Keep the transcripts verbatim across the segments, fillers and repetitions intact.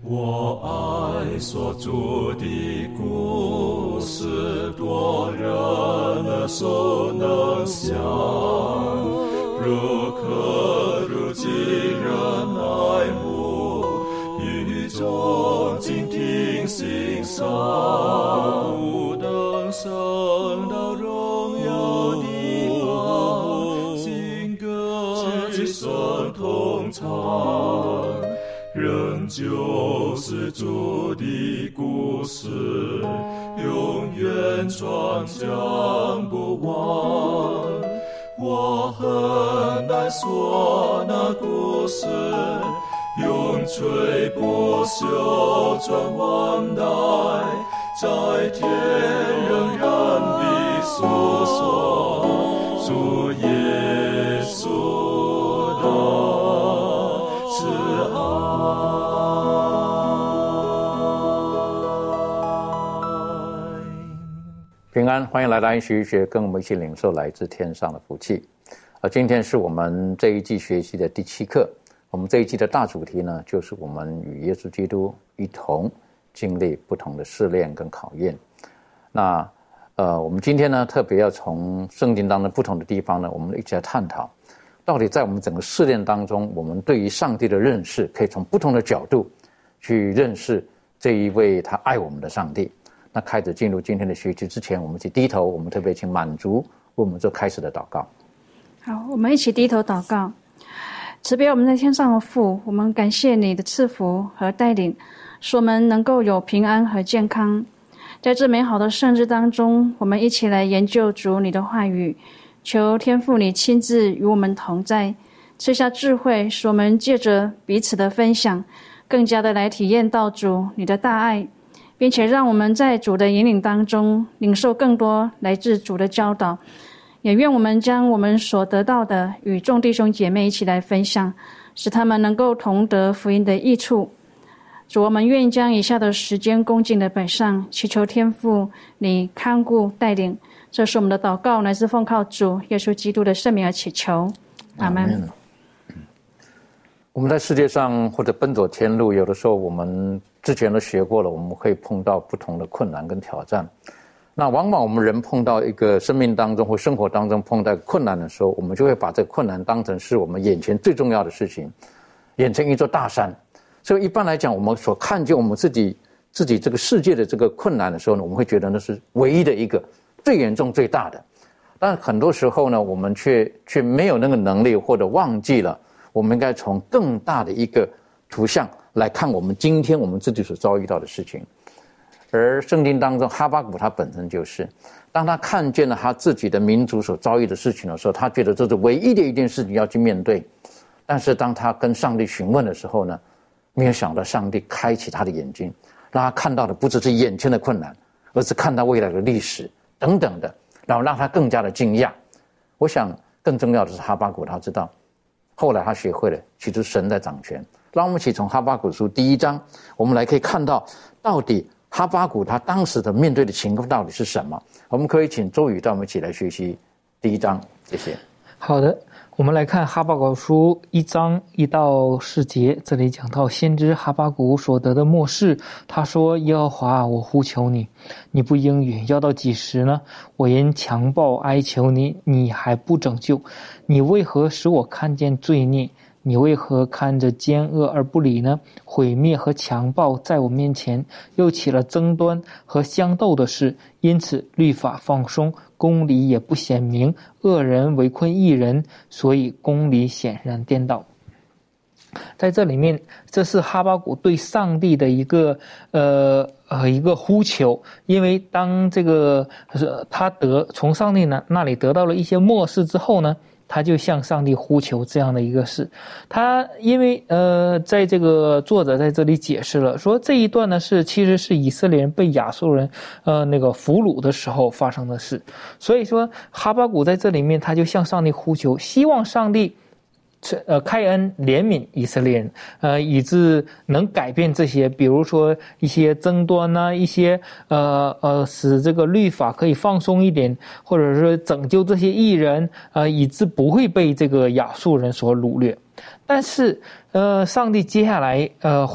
我爱所著的故事，多人耳熟能详，如可如今人爱慕，语中静听欣赏，不等升到荣耀的方，新歌之声同唱，仍旧是主的故事，永远传讲不完。我很难说那故事，永垂不朽传万代，在天仍然地诉说主耶稣的慈爱。 平安，欢迎来到安息学，跟我们一起领受来自天上的福气。而今天是我们这一季学习的第七课。我们这一季的大主题呢，就是我们与耶稣基督一同经历不同的试炼跟考验。那呃，我们今天呢，特别要从圣经当中不同的地方呢，我们一起来探讨，到底在我们整个试炼当中，我们对于上帝的认识，可以从不同的角度去认识这一位他爱我们的上帝。那开始进入今天的学习之前，我们一起低头，我们特别请满足为我们做开始的祷告。 好，我们一起低头祷告。慈悲我们在天上的父，我们感谢你的赐福和带领，使我们能够有平安和健康。在这美好的圣日当中，我们一起来研究主你的话语，求天父你亲自与我们同在，赐下智慧，使我们借着彼此的分享，更加的来体验到主你的大爱，并且让我们在主的引领当中领受更多来自主的教导。也愿我们将我们所得到的与众弟兄姐妹一起来分享，使他们能够同得福音的益处。主，我们愿意将以下的时间恭敬的摆上，祈求天父你看顾带领。这是我们的祷告，乃是奉靠主耶稣基督的圣名而祈求，阿们。 我们在世界上或者奔走天路，有的时候我们之前都学过了，我们会碰到不同的困难跟挑战。那往往我们人碰到一个生命当中或生活当中碰到困难的时候，我们就会把这个困难当成是我们眼前最重要的事情，眼前一座大山。所以一般来讲，我们所看见我们自己自己这个世界的这个困难的时候呢，我们会觉得那是唯一的一个最严重最大的。但很多时候呢，我们却却没有那个能力，或者忘记了我们应该从更大的一个图像来看我们今天我们自己所遭遇到的事情。而圣经当中哈巴谷他本身就是，当他看见了他自己的民族所遭遇的事情的时候，他觉得这是唯一的一件事情要去面对。但是当他跟上帝询问的时候呢，没有想到上帝开启他的眼睛，让他看到的不只是眼前的困难，而是看到未来的历史等等的，然后让他更加的惊讶。我想更重要的是哈巴谷他知道，后来他学会了其实神在掌权。让我们一起从哈巴谷书第一章，我们来可以看到到底哈巴谷他当时的面对的情况到底是什么。我们可以请周宇带我们一起来学习第一章，谢谢。 好的，我们来看哈巴谷书一章一到四节，这里讲到先知哈巴谷所得的默示。他说：耶和华，我呼求你，你不应允，要到几时呢？我因强暴哀求你，你还不拯救。你为何使我看见罪孽？你为何看着奸恶而不理呢？毁灭和强暴在我面前，又起了争端和相斗的事，因此律法放松，公理也不显明，恶人围困义人，所以公理显然颠倒。在这里面，这是哈巴谷对上帝的一个呃呃一个呼求，因为当这个他得从上帝那那里得到了一些默示之后呢，他就向上帝呼求这样的一个事。他因为呃，在这个作者在这里解释了，说这一段呢是其实是以色列人被亚述人呃那个俘虏的时候发生的事。所以说哈巴谷在这里面他就向上帝呼求，希望上帝呃，开恩怜悯以色列人，呃，以致能改变这些，比如说一些争端啊，一些呃呃，使这个律法可以放松一点，或者是拯救这些义人，呃，以致不会被这个亚述人所掳掠。但是，呃，上帝接下来呃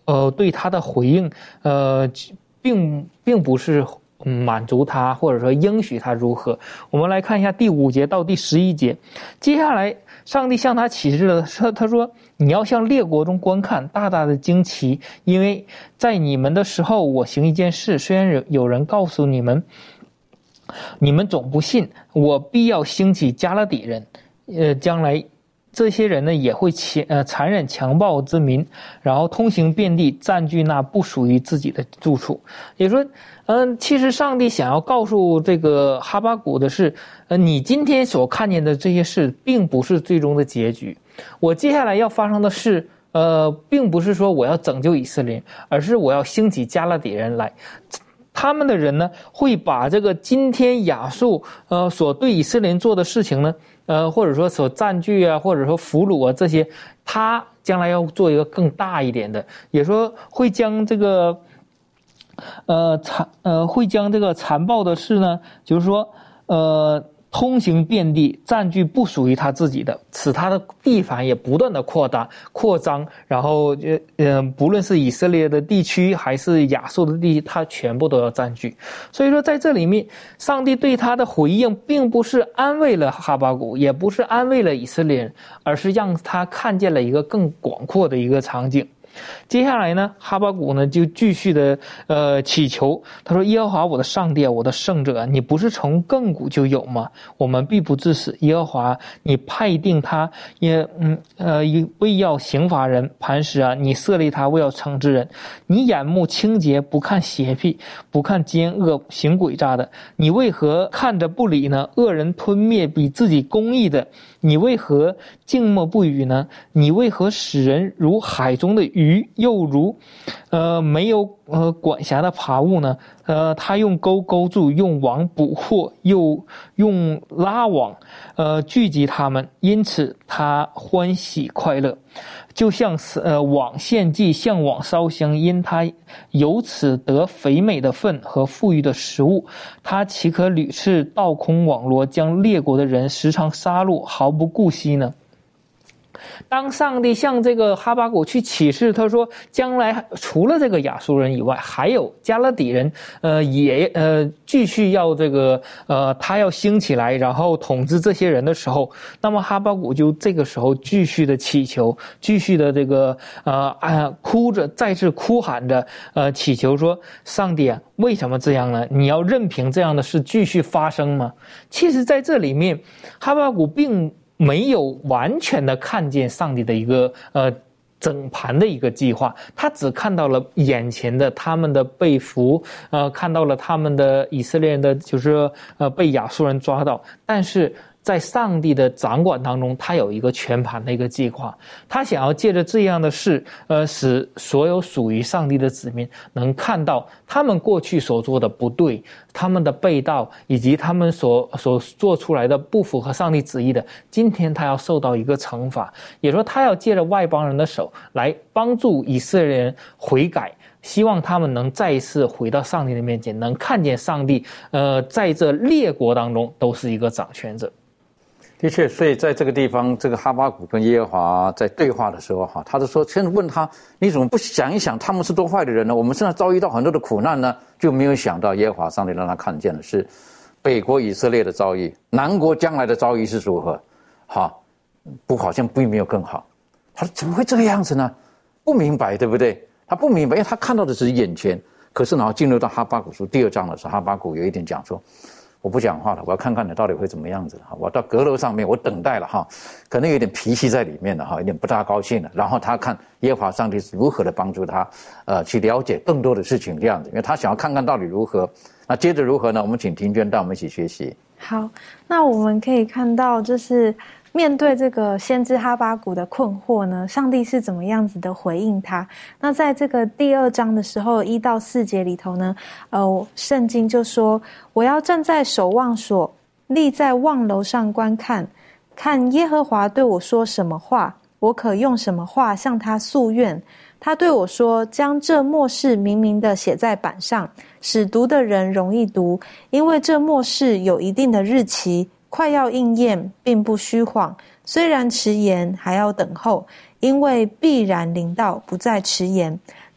呃对他的回应，呃，并并不是满足他，或者说应许他如何。我们来看一下第五节到第十一节，接下来上帝向他启示了，他说你要向列国中观看，大大的惊奇，因为在你们的时候我行一件事，虽然有人告诉你们，你们总不信，我必要兴起加勒底人，呃，将来这些人呢也会强呃残忍强暴之民，然后通行遍地，占据那不属于自己的住处。也说，嗯、呃，其实上帝想要告诉这个哈巴谷的是，呃，你今天所看见的这些事，并不是最终的结局。我接下来要发生的事，呃，并不是说我要拯救以色列人，而是我要兴起加勒底人来。他们的人呢，会把这个今天亚述呃所对以色列人做的事情呢，呃或者说所占据啊，或者说俘虏啊这些，他将来要做一个更大一点的，也说会将这个呃残呃会将这个残暴的事呢，就是说呃通行遍地，占据不属于他自己的，使他的地盘也不断的扩大扩张，然后呃呃不论是以色列的地区还是亚述的地区，他全部都要占据。所以说在这里面，上帝对他的回应并不是安慰了哈巴谷，也不是安慰了以色列人，而是让他看见了一个更广阔的一个场景。接下来呢，哈巴谷呢就继续的呃祈求，他说：耶和华我的上帝，我的圣者，你不是从亘古就有吗？我们必不致死。耶和华，你派定他，也嗯呃为要刑罚人，磐石啊，你设立他为要惩治人。你眼目清洁，不看邪僻，不看奸恶，行诡诈的。你为何看着不理呢？恶人吞灭比自己公义的，你为何静默不语呢？你为何使人如海中的鱼？鱼又如，呃，没有呃管辖的爬物呢？呃，他用钩钩住，用网捕获，又用拉网，呃，聚集他们，因此他欢喜快乐，就像呃网献祭，向网烧香，因他由此得肥美的粪和富裕的食物。他岂可屡次倒空网罗，将列国的人时常杀戮，毫不顾惜呢？当上帝向这个哈巴谷去启示，他说将来除了这个亚述人以外，还有加勒底人，呃，也呃继续要这个呃他要兴起来，然后统治这些人的时候，那么哈巴谷就这个时候继续的祈求，继续的这个呃啊哭着，再次哭喊着，呃祈求说，上帝啊，为什么这样呢？你要任凭这样的事继续发生吗？其实在这里面，哈巴谷并没有完全的看见上帝的一个呃整盘的一个计划，他只看到了眼前的他们的被俘，呃，看到了他们的以色列人的就是呃被亚述人抓到，但是在上帝的掌管当中，他有一个全盘的一个计划，他想要借着这样的事，呃，使所有属于上帝的子民能看到他们过去所做的不对，他们的背道，以及他们所所做出来的不符合上帝旨意的，今天他要受到一个惩罚，也说他要借着外邦人的手来帮助以色列人悔改，希望他们能再一次回到上帝的面前，能看见上帝呃在这列国当中都是一个掌权者。 的确，所以在这个地方，这个哈巴谷跟耶和华在对话的时候，哈，他就说，先问他，你怎么不想一想他们是多坏的人呢？我们现在遭遇到很多的苦难呢，就没有想到耶和华上帝让他看见的是北国以色列的遭遇，南国将来的遭遇是如何？好，不好像并没有更好。他说怎么会这个样子呢？不明白，对不对？他不明白，因为他看到的只是眼前。可是然后进入到哈巴谷书第二章的时候，哈巴谷有一点讲说，我不讲话了，我要看看你到底会怎么样子。我到阁楼上面，我等待了哈，可能有点脾气在里面了哈，有点不大高兴了。然后他看耶和华上帝是如何的帮助他，呃，去了解更多的事情这样子，因为他想要看看到底如何。那接着如何呢？我们请庭娟带我们一起学习。 好，那我们可以看到，就是面对这个先知哈巴谷的困惑呢，上帝是怎么样子的回应他？那在这个第二章的时候，一到四节里头呢，呃，圣经就说：“我要站在守望所，立在望楼上观看，看耶和华对我说什么话，我可用什么话向他诉愿。他对我说：将这末世明明的写在板上，使读的人容易读，因为这末世有一定的日期。”快要应验，并不虚晃，虽然迟延，还要等候，因为必然临到，不再迟延。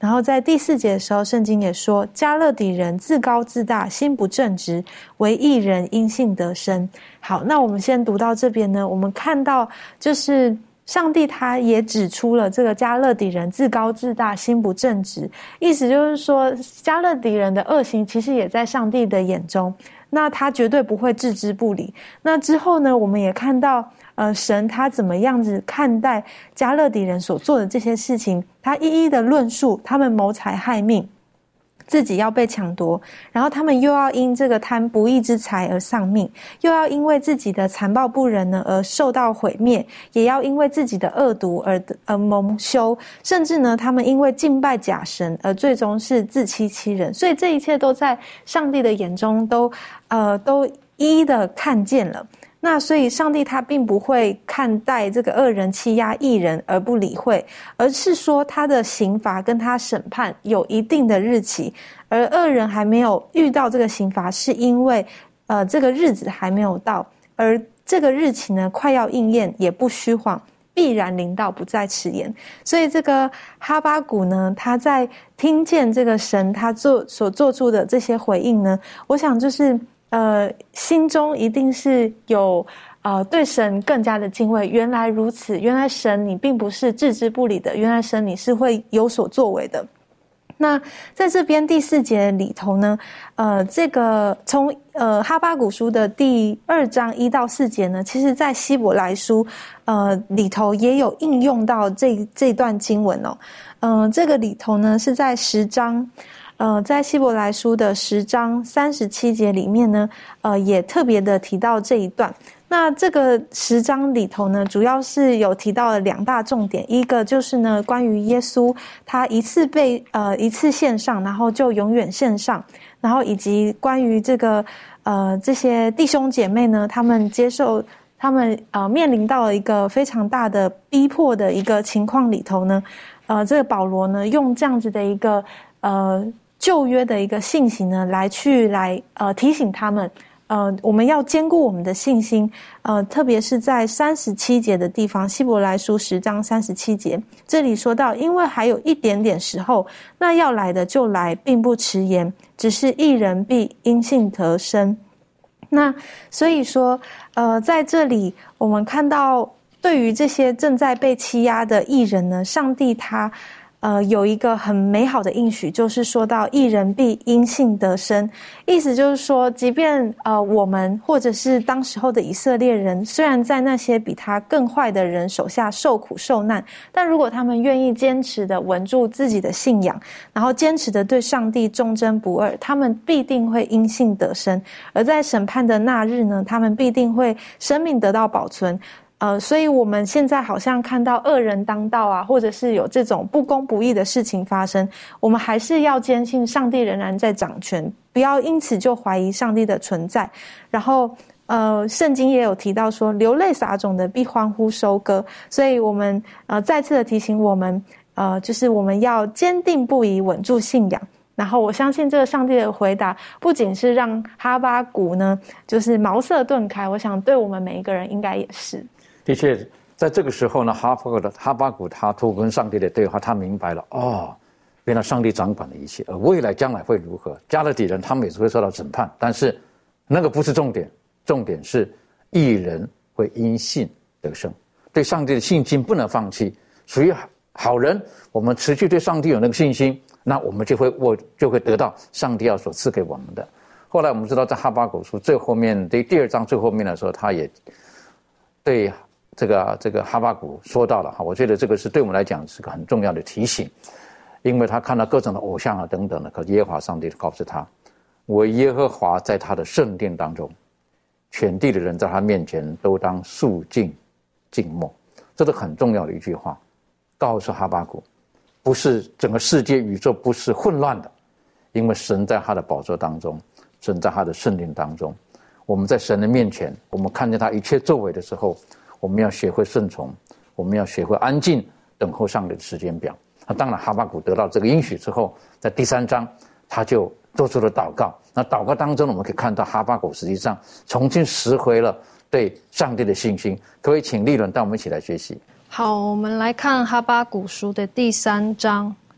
然后在第四节的时候，圣经也说，迦勒底人自高自大，心不正直，惟义人因信得生。好，那我们先读到这边呢，我们看到就是上帝他也指出了这个迦勒底人自高自大，心不正直，意思就是说迦勒底人的恶行其实也在上帝的眼中，那他绝对不会置之不理。那之后呢，我们也看到呃，神他怎么样子看待迦勒底人所做的这些事情，他一一的论述他们谋财害命，自己要被抢夺，然后他们又要因这个贪不义之财而丧命，又要因为自己的残暴不仁呢而受到毁灭，也要因为自己的恶毒而而蒙羞，甚至呢他们因为敬拜假神而最终是自欺欺人。所以这一切都在上帝的眼中都呃都一一的看见了。那所以上帝他并不会看待这个恶人欺压义人而不理会，而是说他的刑罚跟他审判有一定的日期，而恶人还没有遇到这个刑罚，是因为呃这个日子还没有到，而这个日期呢快要应验，也不虚晃，必然临到，不再迟延。所以这个哈巴谷呢，他在听见这个神他做所做出的这些回应呢，我想就是呃，心中一定是有呃对神更加的敬畏。原来如此，原来神你并不是置之不理的，原来神你是会有所作为的。那在这边第四节里头呢，呃，这个从呃哈巴谷书的第二章一到四节呢，其实在希伯来书呃里头也有应用到这这段经文哦。嗯、呃，这个里头呢是在十章。呃，在希伯来书的十章三十七节里面呢，呃，也特别的提到这一段。那这个十章里头呢，主要是有提到了两大重点，一个就是呢，关于耶稣他一次被呃一次献上，然后就永远献上，然后以及关于这个呃这些弟兄姐妹呢，他们接受他们呃面临到了一个非常大的逼迫的一个情况里头呢，呃，这个保罗呢用这样子的一个呃。旧约的一个信息呢，来去来呃提醒他们，呃，我们要坚固我们的信心，呃，特别是在三十七节的地方，希伯来书十章三十七节，这里说到，因为还有一点点时候，那要来的就来，并不迟延，只是义人必因信得生。那所以说，呃，在这里我们看到，对于这些正在被欺压的义人呢，上帝他。呃，有一个很美好的应许，就是说到义人必因信得生，意思就是说，即便呃我们或者是当时候的以色列人，虽然在那些比他更坏的人手下受苦受难，但如果他们愿意坚持的稳住自己的信仰，然后坚持的对上帝忠贞不二，他们必定会因信得生，而在审判的那日呢，他们必定会生命得到保存。呃，所以我们现在好像看到恶人当道啊，或者是有这种不公不义的事情发生，我们还是要坚信上帝仍然在掌权，不要因此就怀疑上帝的存在。然后，呃，圣经也有提到说，流泪撒种的必欢呼收割，所以我们呃再次的提醒我们，呃，就是我们要坚定不移，稳住信仰。然后我相信这个上帝的回答不仅是让哈巴谷呢就是茅塞顿开，我想对我们每一个人应该也是。 的确，在这个时候呢，哈巴谷的哈巴谷他透过跟上帝的对话，他明白了哦，原来上帝掌管了一切，而未来将来会如何？迦勒底人他们也是会受到审判，但是那个不是重点，重点是义人会因信得生，对上帝的信心不能放弃。属于好人，我们持续对上帝有那个信心，那我们就会我就会得到上帝要所赐给我们的。后来我们知道，在哈巴谷书最后面的第二章最后面的时候，他也对这个这个哈巴谷说到了哈，我觉得这个是对我们来讲是个很重要的提醒，因为他看到各种的偶像啊等等的，可耶和华上帝告诉他，我耶和华在他的圣殿当中，全地的人在他面前都当肃静静默，这是很重要的一句话，告诉哈巴谷，不是整个世界宇宙不是混乱的，因为神在他的宝座当中，神在他的圣殿当中，我们在神的面前，我们看见他一切作为的时候，我们要学会顺从，我们要学会安静等候上帝的时间表。那当然哈巴谷得到这个应许之后，在第三章他就做出了祷告，那祷告当中我们可以看到哈巴谷实际上重新拾回了对上帝的信心。可以请立伦带我们一起来学习。 好，我们来看哈巴谷书的第三章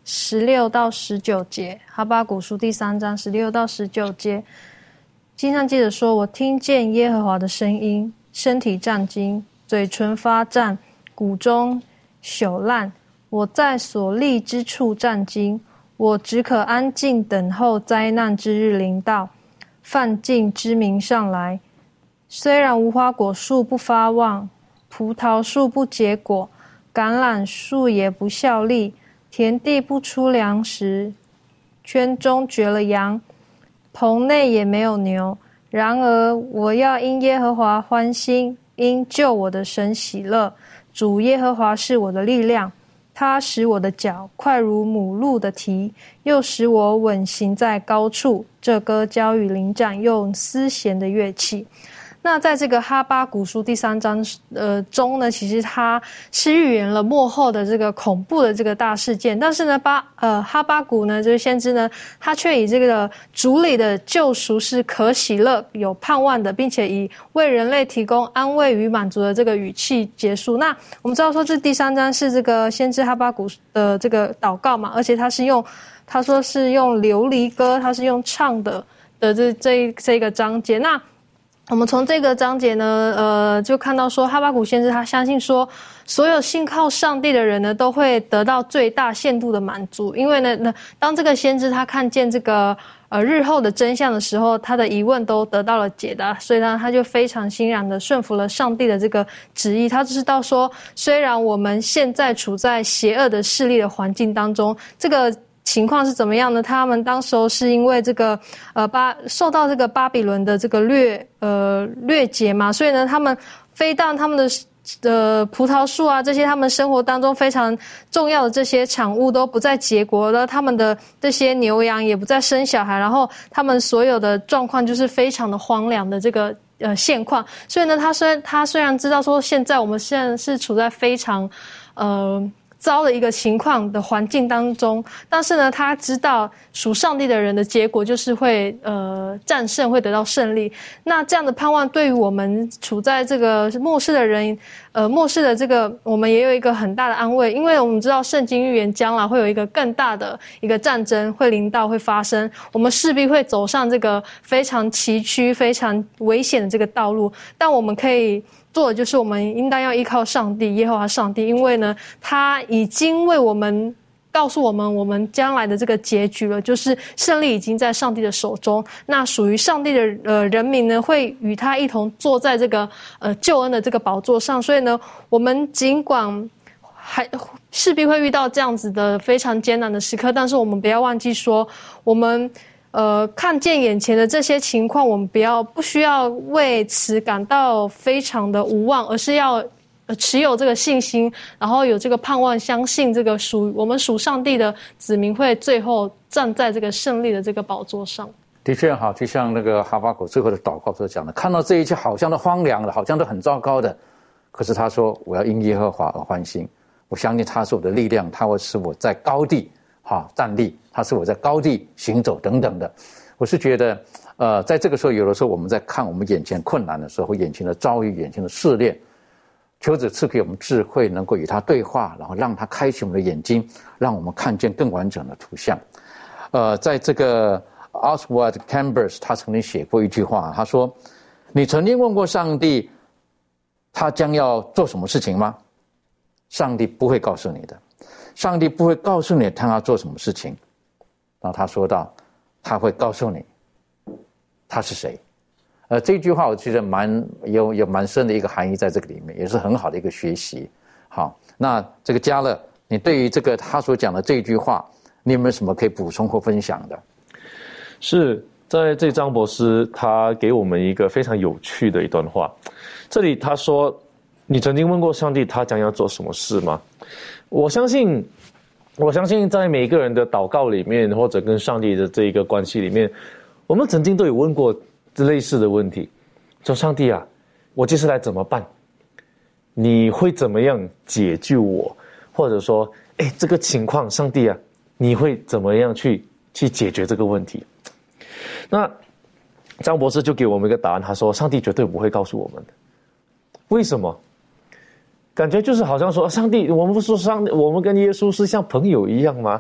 十六到十九节，哈巴谷书第三章十六到十九节，经上记着说：“我听见耶和华的声音，身体战惊，嘴唇发战，骨中朽烂。我在所立之处战惊，我只可安静等候灾难之日临到，犯境之民上来。虽然无花果树不发旺，葡萄树不结果，橄榄树也不效力，田地不出粮食，圈中绝了羊，棚内也没有牛。然而我要因耶和华欢心，因救我的神喜乐。主耶和华是我的力量，他使我的脚快如母鹿的蹄，又使我稳行在高处。这歌交与灵长，用丝弦的乐器。”那在这个哈巴谷书第三章呃中呢，其实它是预言了末后的这个恐怖的这个大事件，但是呢巴呃哈巴谷呢这个先知呢，他却以这个主里的救赎是可喜乐有盼望的，并且以为人类提供安慰与满足的这个语气结束。那我们知道说这第三章是这个先知哈巴谷的这个祷告嘛，而且他是用他说是用流离歌，他是用唱的的这这这个章节。那我们从这个章节呢，呃，就看到说哈巴谷先知他相信说，所有信靠上帝的人呢，都会得到最大限度的满足。因为呢，那当这个先知他看见这个呃日后的真相的时候，他的疑问都得到了解答，所以呢，他就非常欣然的顺服了上帝的这个旨意。他知道说，虽然我们现在处在邪恶的势力的环境当中，这个情况是怎么样呢？他们当时候是因为这个呃巴受到这个巴比伦的这个掠呃掠劫嘛，所以呢，他们非但他们的呃葡萄树啊这些他们生活当中非常重要的这些产物都不再结果了，他们的这些牛羊也不再生小孩，然后他们所有的状况就是非常的荒凉的这个呃现况。所以呢，他虽他虽然知道说现在我们现在是处在非常呃糟的一个情况的环境当中，但是呢，他知道属上帝的人的结果就是会呃战胜，会得到胜利。那这样的盼望对于我们处在这个末世的人，呃末世的这个我们也有一个很大的安慰，因为我们知道圣经预言将来会有一个更大的一个战争会临到会发生，我们势必会走上这个非常崎岖、非常危险的这个道路，但我们可以做的就是我们应当要依靠上帝耶和华上帝，因为呢他已经为我们告诉我们我们将来的这个结局了，就是胜利已经在上帝的手中。那属于上帝的呃人民呢，会与他一同坐在这个呃救恩的这个宝座上。所以呢，我们尽管还势必会遇到这样子的非常艰难的时刻，但是我们不要忘记说，我们呃，看见眼前的这些情况，我们不要不需要为此感到非常的无望，而是要呃持有这个信心，然后有这个盼望，相信这个属我们属上帝的子民会最后站在这个胜利的这个宝座上。 的确好，就像那个哈巴谷最后的祷告所讲的，看到这一切好像都荒凉了，好像都很糟糕的，可是他说我要因耶和华而欢心，我相信他是我的力量，他会使我在高地好站立，他是我在高地行走等等的。我是觉得呃，在这个时候有的时候我们在看我们眼前困难的时候，眼前的遭遇，眼前的试炼，求主赐给我们智慧，能够与他对话，然后让他开启我们的眼睛，让我们看见更完整的图像。呃，在这个 Oswald Chambers 他曾经写过一句话，他说，你曾经问过上帝他将要做什么事情吗？上帝不会告诉你的，上帝不会告诉你他要做什么事情。然后他说到，他会告诉你他是谁。呃，这句话我觉得蛮有有蛮深的一个含义在这个里面，也是很好的一个学习。好，那这个嘉乐，你对于这个他所讲的这句话，你有没有什么可以补充或分享的？ 是在这张博士他给我们一个非常有趣的一段话。这里他说，你曾经问过上帝他将要做什么事吗？我相信我相信在每一个人的祷告里面，或者跟上帝的这一个关系里面，我们曾经都有问过类似的问题，说上帝啊，我接下来怎么办？你会怎么样解救我？或者说，哎，这个情况上帝啊，你会怎么样去去解决这个问题？那张博士就给我们一个答案，他说上帝绝对不会告诉我们的。为什么？感觉就是好像说上帝，我们不说上帝，我们跟耶稣是像朋友一样吗？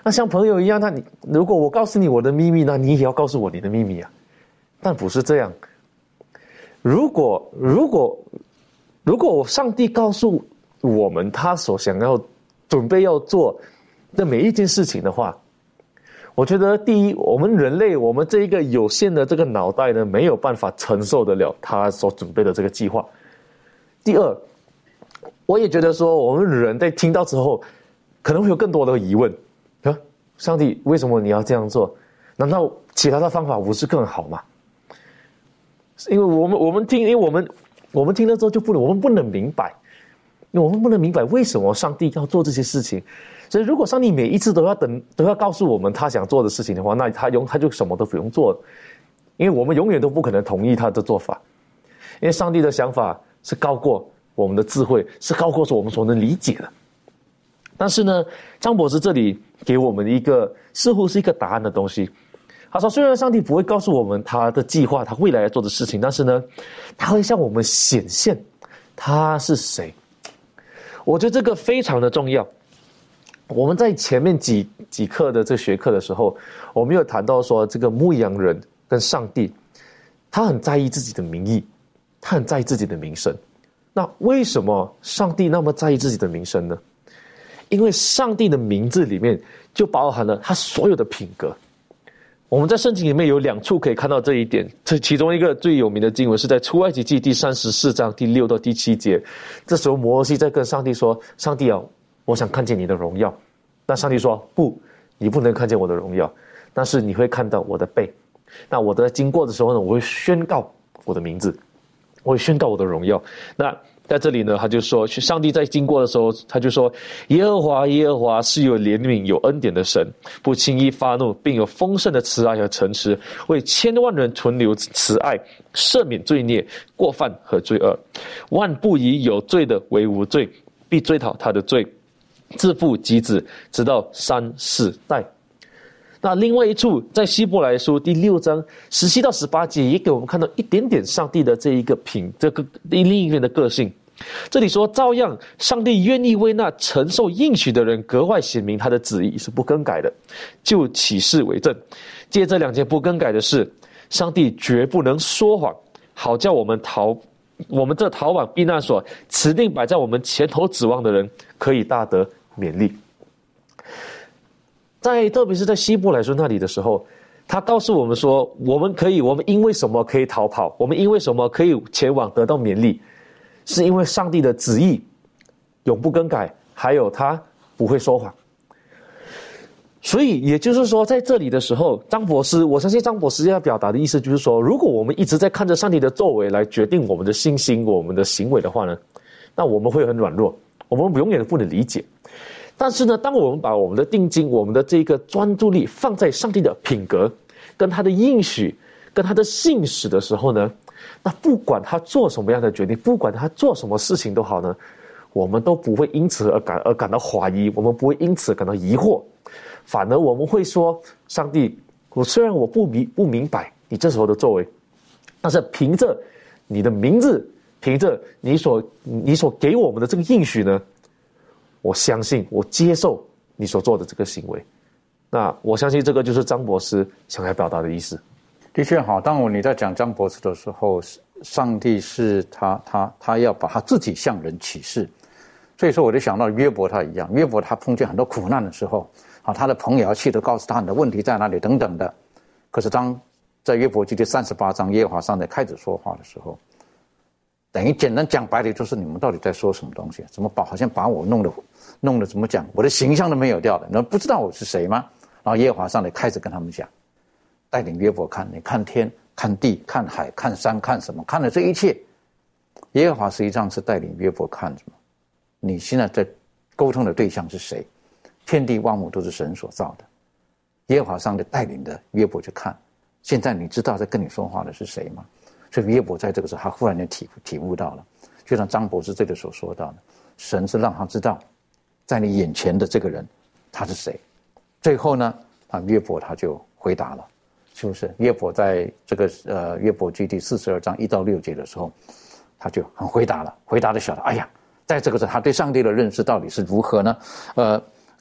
那像朋友一样，那你如果我告诉你我的秘密，那你也要告诉我你的秘密啊。但不是这样。如果如果如果上帝告诉我们他所想要准备要做的每一件事情的话，我觉得第一，我们人类我们这一个有限的这个脑袋呢，没有办法承受得了他所准备的这个计划。第二，我也觉得说我们人在听到之后可能会有更多的疑问啊，上帝为什么你要这样做？难道其他的方法不是更好吗？因为我们我们听，因为我们我们听了之后就不能，我们不能明白，因为我们不能明白为什么上帝要做这些事情。所以如果上帝每一次都要等都要告诉我们他想做的事情的话，那他永他就什么都不用做了，因为我们永远都不可能同意他的做法，因为上帝的想法是高过我们的智慧，是高过我们所能理解的。但是呢，张博士这里给我们一个似乎是一个答案的东西。他说，虽然上帝不会告诉我们他的计划，他未来要做的事情，但是呢，他会向我们显现他是谁。我觉得这个非常的重要。我们在前面几几课的这个学课的时候，我们有谈到说，这个牧羊人跟上帝，他很在意自己的名义，他很在意自己的名声。那为什么上帝那么在意自己的名声呢？因为上帝的名字里面就包含了他所有的品格。我们在圣经里面有两处可以看到这一点，这其中一个最有名的经文是在出埃及记第三十四章第六到第七节。这时候摩西在跟上帝说，上帝啊，我想看见你的荣耀。那上帝说，不，你不能看见我的荣耀，但是你会看到我的背。那我在经过的时候呢，我会宣告我的名字，我会宣告我的荣耀。那在这里呢，他就说，上帝在经过的时候，他就说，耶和华耶和华是有怜悯有恩典的神，不轻易发怒，并有丰盛的慈爱和诚实，为千万人存留慈爱，赦免罪孽过犯和罪恶，万不以有罪的为无罪，必追讨他的罪，自父及子，直到三四代。那另外一处在希伯来书第六章十七到十八节，也给我们看到一点点上帝的这一个品，这个另一面的个性。这里说，照样上帝愿意为那承受应许的人格外显明他的旨意是不更改的，就起誓为证。借这两件不更改的事，上帝绝不能说谎，好叫我们逃我们这逃往避难所持定摆在我们前头指望的人可以大得勉励。在特别是在希伯来书那里的时候，他告诉我们说，我们可以我们因为什么可以逃跑，我们因为什么可以前往得到勉励，是因为上帝的旨意永不更改，还有他不会说谎。所以也就是说，在这里的时候，张博士，我相信张博士要表达的意思就是说，如果我们一直在看着上帝的作为来决定我们的信心我们的行为的话呢，那我们会很软弱，我们永远都不能理解。但是呢，当我们把我们的定睛，我们的这个专注力放在上帝的品格跟他的应许跟他的信使的时候呢，那不管他做什么样的决定，不管他做什么事情都好呢，我们都不会因此而感而感到怀疑，我们不会因此感到疑惑，反而我们会说，上帝，我虽然我不明不明白你这时候的作为，但是凭着你的名字，凭着你所你所给我们的这个应许呢，我相信，我接受你所做的这个行为。那我相信这个就是张博士想要表达的意思。 的确好，当我你在讲张博士的时候，上帝是他他他要把他自己向人启示，所以说我就想到约伯他一样，约伯他碰见很多苦难的时候，啊，他的朋友要气得告诉他你的问题在哪里等等的。可是当在约伯记第三十八章耶和华上帝开始说话的时候，等于简单讲白了就是你们到底在说什么东西？怎么把好像把我弄得弄得怎么讲？我的形象都没有掉了，你们不知道我是谁吗？然后耶和华上帝开始跟他们讲，带领约伯看，你看天、看地、看海、看山、看什么？看了这一切，耶和华实际上是带领约伯看什么？你现在在沟通的对象是谁？天地万物都是神所造的，耶和华上帝带领的约伯去看，现在你知道在跟你说话的是谁吗？所以约伯在这个时候，他忽然间体体悟到了，就像张博士这里所说到的，神是让他知道，在你眼前的这个人他是谁。最后呢，啊，约伯他就回答了，是不是？约伯在这个呃约伯记第四十二章一到六节的时候，他就很回答了，回答的晓得，哎呀，在这个时候他对上帝的认识到底是如何呢？呃，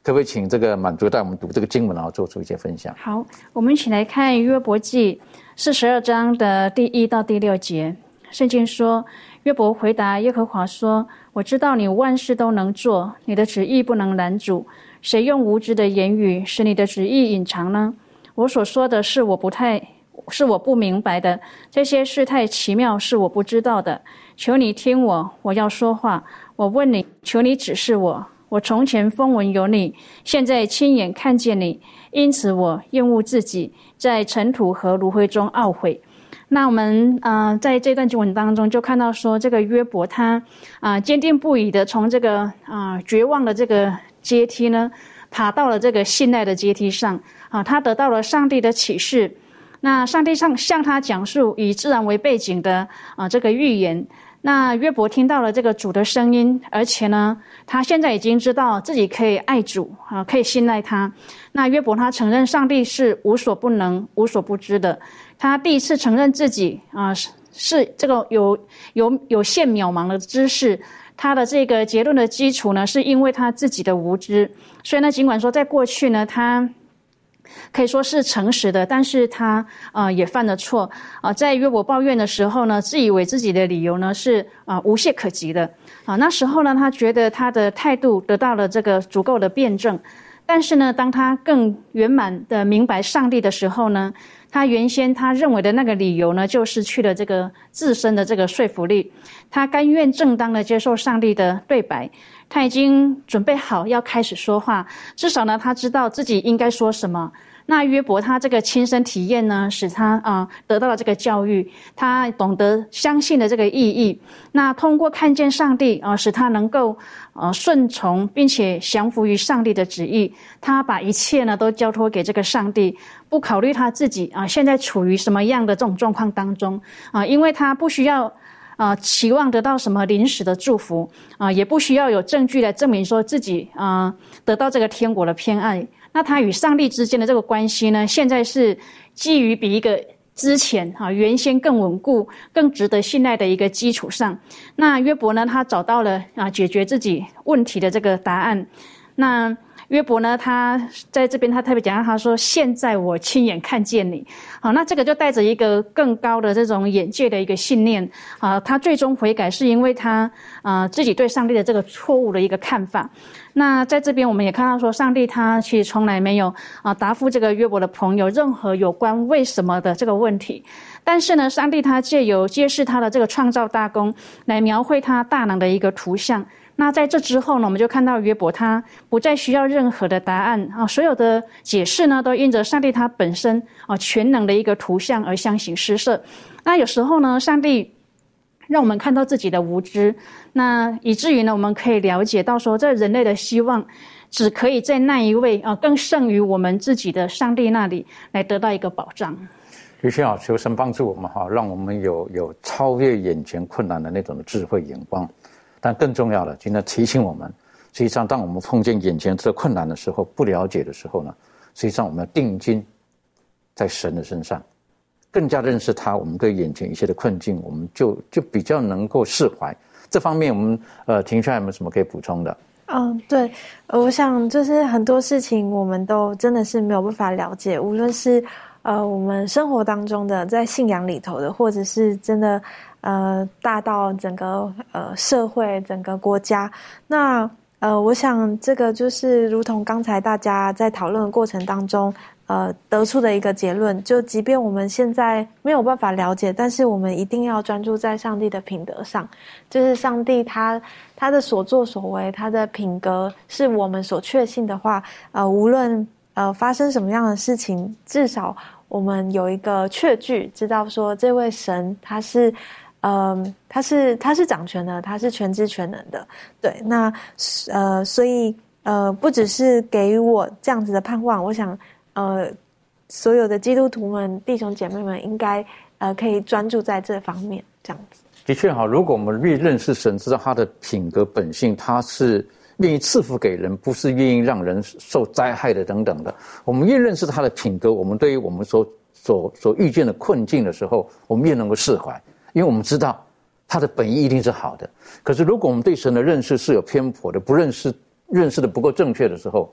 可不可以请这个满足带我们读这个经文，然后做出一些分享？ 好，我们一起来看约伯记四十二章的第一到第六节。圣经说，约伯回答耶和华说，我知道你万事都能做，你的旨意不能拦阻，谁用无知的言语使你的旨意隐藏呢？我所说的是我不太是我不明白的，这些事太奇妙，是我不知道的。求你听我，我要说话。我问你，求你指示我。我从前风闻有你，现在亲眼看见你，因此我厌恶自己，在尘土和炉灰中懊悔。那我们呃在这段经文当中就看到说，这个约伯他啊、呃、坚定不移的从这个啊、呃、绝望的这个阶梯呢，爬到了这个信赖的阶梯上啊、呃，他得到了上帝的启示。那上帝上向他讲述以自然为背景的啊、呃、这个预言。那约伯听到了这个主的声音，而且呢，他现在已经知道自己可以爱主啊，可以信赖他。那约伯他承认上帝是无所不能、无所不知的。他第一次承认自己啊是是这个有有有限渺茫的知识。他的这个结论的基础呢，是因为他自己的无知。所以呢，尽管说在过去呢，他可以说是诚实的，但是他呃也犯了错啊、呃。在约伯抱怨的时候呢，自以为自己的理由呢是啊、呃、无懈可击的啊、呃。那时候呢，他觉得他的态度得到了这个足够的辩证，但是呢，当他更圆满的明白上帝的时候呢，他原先他认为的那个理由呢，就失去了这个自身的这个说服力。他甘愿正当的接受上帝的对白。他已经准备好要开始说话，至少呢，他知道自己应该说什么。那约伯他这个亲身体验呢，使他啊、呃、得到了这个教育，他懂得相信的这个意义。那通过看见上帝啊、呃，使他能够呃顺从，并且降服于上帝的旨意。他把一切呢都交托给这个上帝，不考虑他自己啊、呃、现在处于什么样的这种状况当中啊、呃，因为他不需要。啊、呃，期望得到什么临时的祝福啊、呃，也不需要有证据来证明说自己啊、呃、得到这个天国的偏爱。那他与上帝之间的这个关系呢，现在是基于比一个之前啊原先更稳固、更值得信赖的一个基础上。那约伯呢，他找到了啊解决自己问题的这个答案。那约伯呢，他在这边他特别讲到，他说：“现在我亲眼看见你。”好，那这个就带着一个更高的这种眼界的一个信念啊。他最终悔改是因为他啊自己对上帝的这个错误的一个看法。那在这边我们也看到说，上帝他其实从来没有啊答复这个约伯的朋友任何有关为什么的这个问题。但是呢，上帝他借由揭示他的这个创造大功，来描绘他大能的一个图像。那在这之后呢，我们就看到约伯他不再需要任何的答案啊，所有的解释呢都因着上帝他本身啊全能的一个图像而相形失色。那有时候呢，上帝让我们看到自己的无知，那以至于呢，我们可以了解到说，这人类的希望只可以在那一位啊更胜于我们自己的上帝那里来得到一个保障。 的确啊，求神帮助我们哈，让我们有有超越眼前困难的那种的智慧眼光。但更重要的，今天提醒我们，实际上当我们碰见眼前这困难的时候，不了解的时候呢，实际上我们要定睛在神的身上，更加认识他，我们对眼前一切的困境，我们就就比较能够释怀。这方面我们呃庭轩有没有什么可以补充的？ 嗯，对，我想就是很多事情我们都真的是没有办法了解，无论是呃我们生活当中的，在信仰里头的，或者是真的呃大到整个呃社会、整个国家。那呃，我想这个就是如同刚才大家在讨论的过程当中呃得出的一个结论，就即便我们现在没有办法了解，但是我们一定要专注在上帝的品德上，就是上帝他他的所作所为，他的品格是我们所确信的话，呃无论呃发生什么样的事情，至少我们有一个确据，知道说这位神他是呃他是他是掌权的，他是全知全能的。对，那呃所以呃不只是给予我这样子的盼望，我想呃所有的基督徒们弟兄姐妹们应该呃可以专注在这方面，这样子。 的确哈，如果我们越认识神，知道他的品格本性，他是愿意赐福给人，不是愿意让人受灾害的等等的。我们越认识他的品格，我们对于我们所所所遇见的困境的时候，我们越能够释怀，因为我们知道他的本意一定是好的。可是如果我们对神的认识是有偏颇的，不认识认识的不够正确的时候，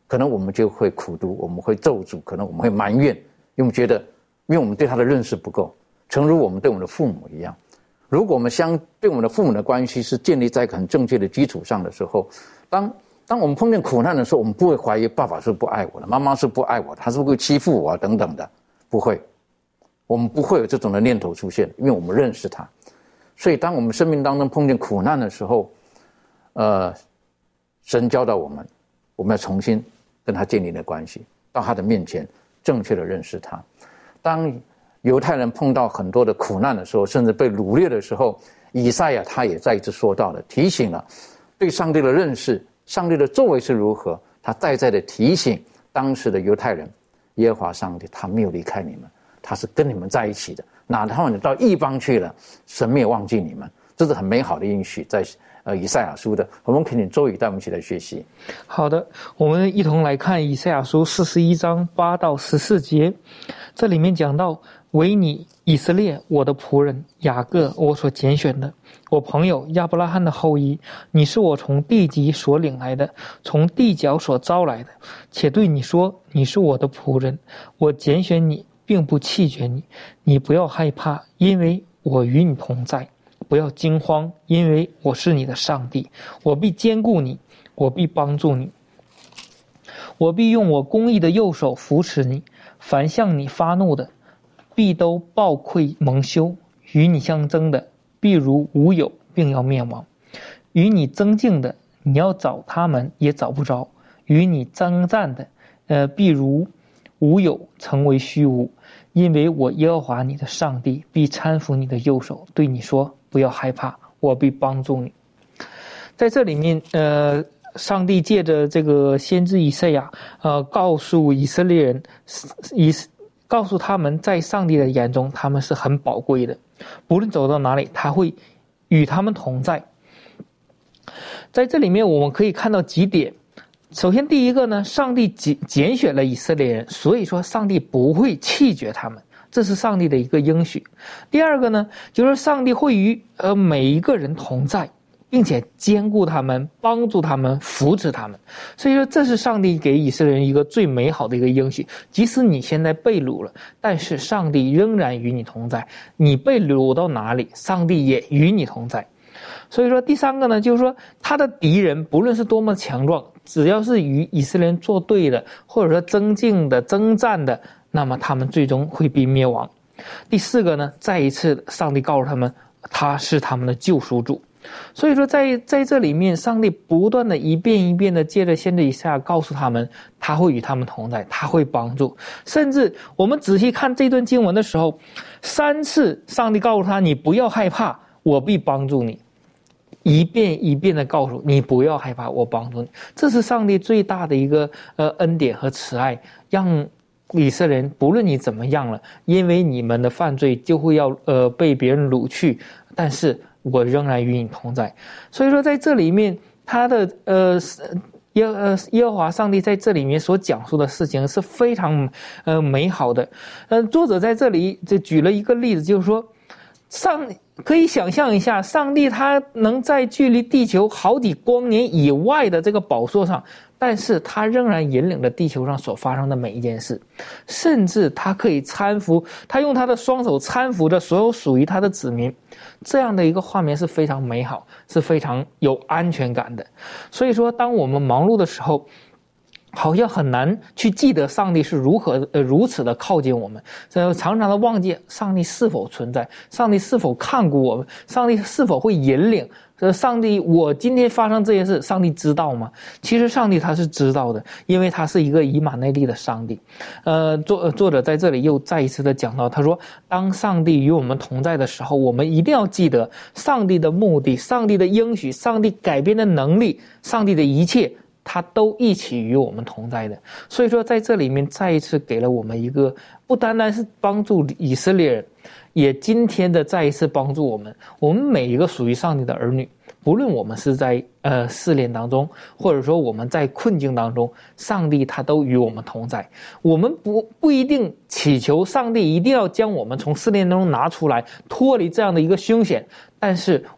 可能我们就会苦毒，我们会咒诅，可能我们会埋怨，因为我们觉得，因为我们对他的认识不够，诚如我们对我们的父母一样。如果我们相对我们的父母的关系是建立在一个很正确的基础上的时候，当当我们碰见苦难的时候，我们不会怀疑爸爸是不爱我的，妈妈是不爱我的，他是不是会欺负我啊等等的，不会，我们不会有这种的念头出现，因为我们认识他。所以当我们生命当中碰见苦难的时候，呃，神教导我们，我们要重新跟他建立的关系，到他的面前正确的认识他。当犹太人碰到很多的苦难的时候，甚至被掳掠的时候，以赛亚他也再一次说到了，提醒了对上帝的认识，上帝的作为是如何，他再再的提醒当时的犹太人，耶和华上帝他没有离开你们，他是跟你们在一起的，哪怕你到异邦去了，神没有忘记你们。这是很美好的应许，在呃以赛亚书的，我们恳请周宇带我们一起来学习。 好的，我们一同来看以赛亚书四十一章八到十四节，这里面讲到，唯你以色列，我的仆人雅各，我所拣选的，我朋友亚伯拉罕的后裔，你是我从地极所领来的，从地角所招来的，且对你说，你是我的仆人，我拣选你，并不弃绝你，你不要害怕，因为我与你同在。不要惊慌，因为我是你的上帝，我必坚固你，我必帮助你，我必用我公义的右手扶持你，凡向你发怒的，必都暴溃蒙羞，与你相争的，必如无有，并要灭亡；与你争竞的，你要找他们也找不着；与你征战的，呃，必如无有，成为虚无。因为我耶和华你的上帝必搀扶你的右手，对你说，不要害怕，我必帮助你。在这里面，呃，上帝借着这个先知以赛亚，呃，告诉以色列人，以告诉他们在上帝的眼中，他们是很宝贵的，不论走到哪里，他会与他们同在。在这里面，我们可以看到几点。首先第一个呢，上帝拣选了以色列人，所以说上帝不会弃绝他们，这是上帝的一个应许。第二个呢，就是上帝会与呃每一个人同在，并且兼顾他们，帮助他们，扶持他们。所以说这是上帝给以色列人一个最美好的一个应许，即使你现在被掳了，但是上帝仍然与你同在，你被掳到哪里，上帝也与你同在。所以说第三个呢，就是说他的敌人不论是多么强壮，只要是与以色列人作对的，或者说争竞的、征战的，那么他们最终会被灭亡。第四个呢，再一次上帝告诉他们，他是他们的救赎主。所以说在在这里面，上帝不断的一遍一遍的借着先知以赛亚告诉他们，他会与他们同在，他会帮助。甚至我们仔细看这段经文的时候，三次上帝告诉他，你不要害怕，我必帮助你。一遍一遍的告诉你，不要害怕，我帮助你。这是上帝最大的一个呃恩典和慈爱，让以色列人不论你怎么样了，因为你们的犯罪就会要呃被别人掳去，但是我仍然与你同在。所以说在这里面，他的呃耶呃耶和华上帝在这里面所讲述的事情是非常呃美好的。嗯、呃，作者在这里就举了一个例子，就是说上。可以想象一下，上帝他能在距离地球好几光年以外的这个宝座上，但是他仍然引领着地球上所发生的每一件事，甚至他可以搀扶，他用他的双手搀扶着所有属于他的子民，这样的一个画面是非常美好，是非常有安全感的。所以说当我们忙碌的时候，好像很难去记得上帝是如何呃如此的靠近我们，常常的忘记上帝是否存在，上帝是否看顾我们，上帝是否会引领。上帝，我今天发生这件事，上帝知道吗？其实上帝他是知道的，因为他是一个以马内利的上帝。呃，作作者在这里又再一次的讲到，他说，当上帝与我们同在的时候，我们一定要记得上帝的目的、上帝的应许、上帝改变的能力、上帝的一切。他都一起与我们同在的。所以说在这里面再一次给了我们一个不单单是帮助以色列人，也今天的再一次帮助我们，我们每一个属于上帝的儿女，不论我们是在呃试炼当中，或者说我们在困境当中，上帝他都与我们同在。我们不不一定祈求上帝一定要将我们从试炼当中拿出来，脱离这样的一个凶险，但是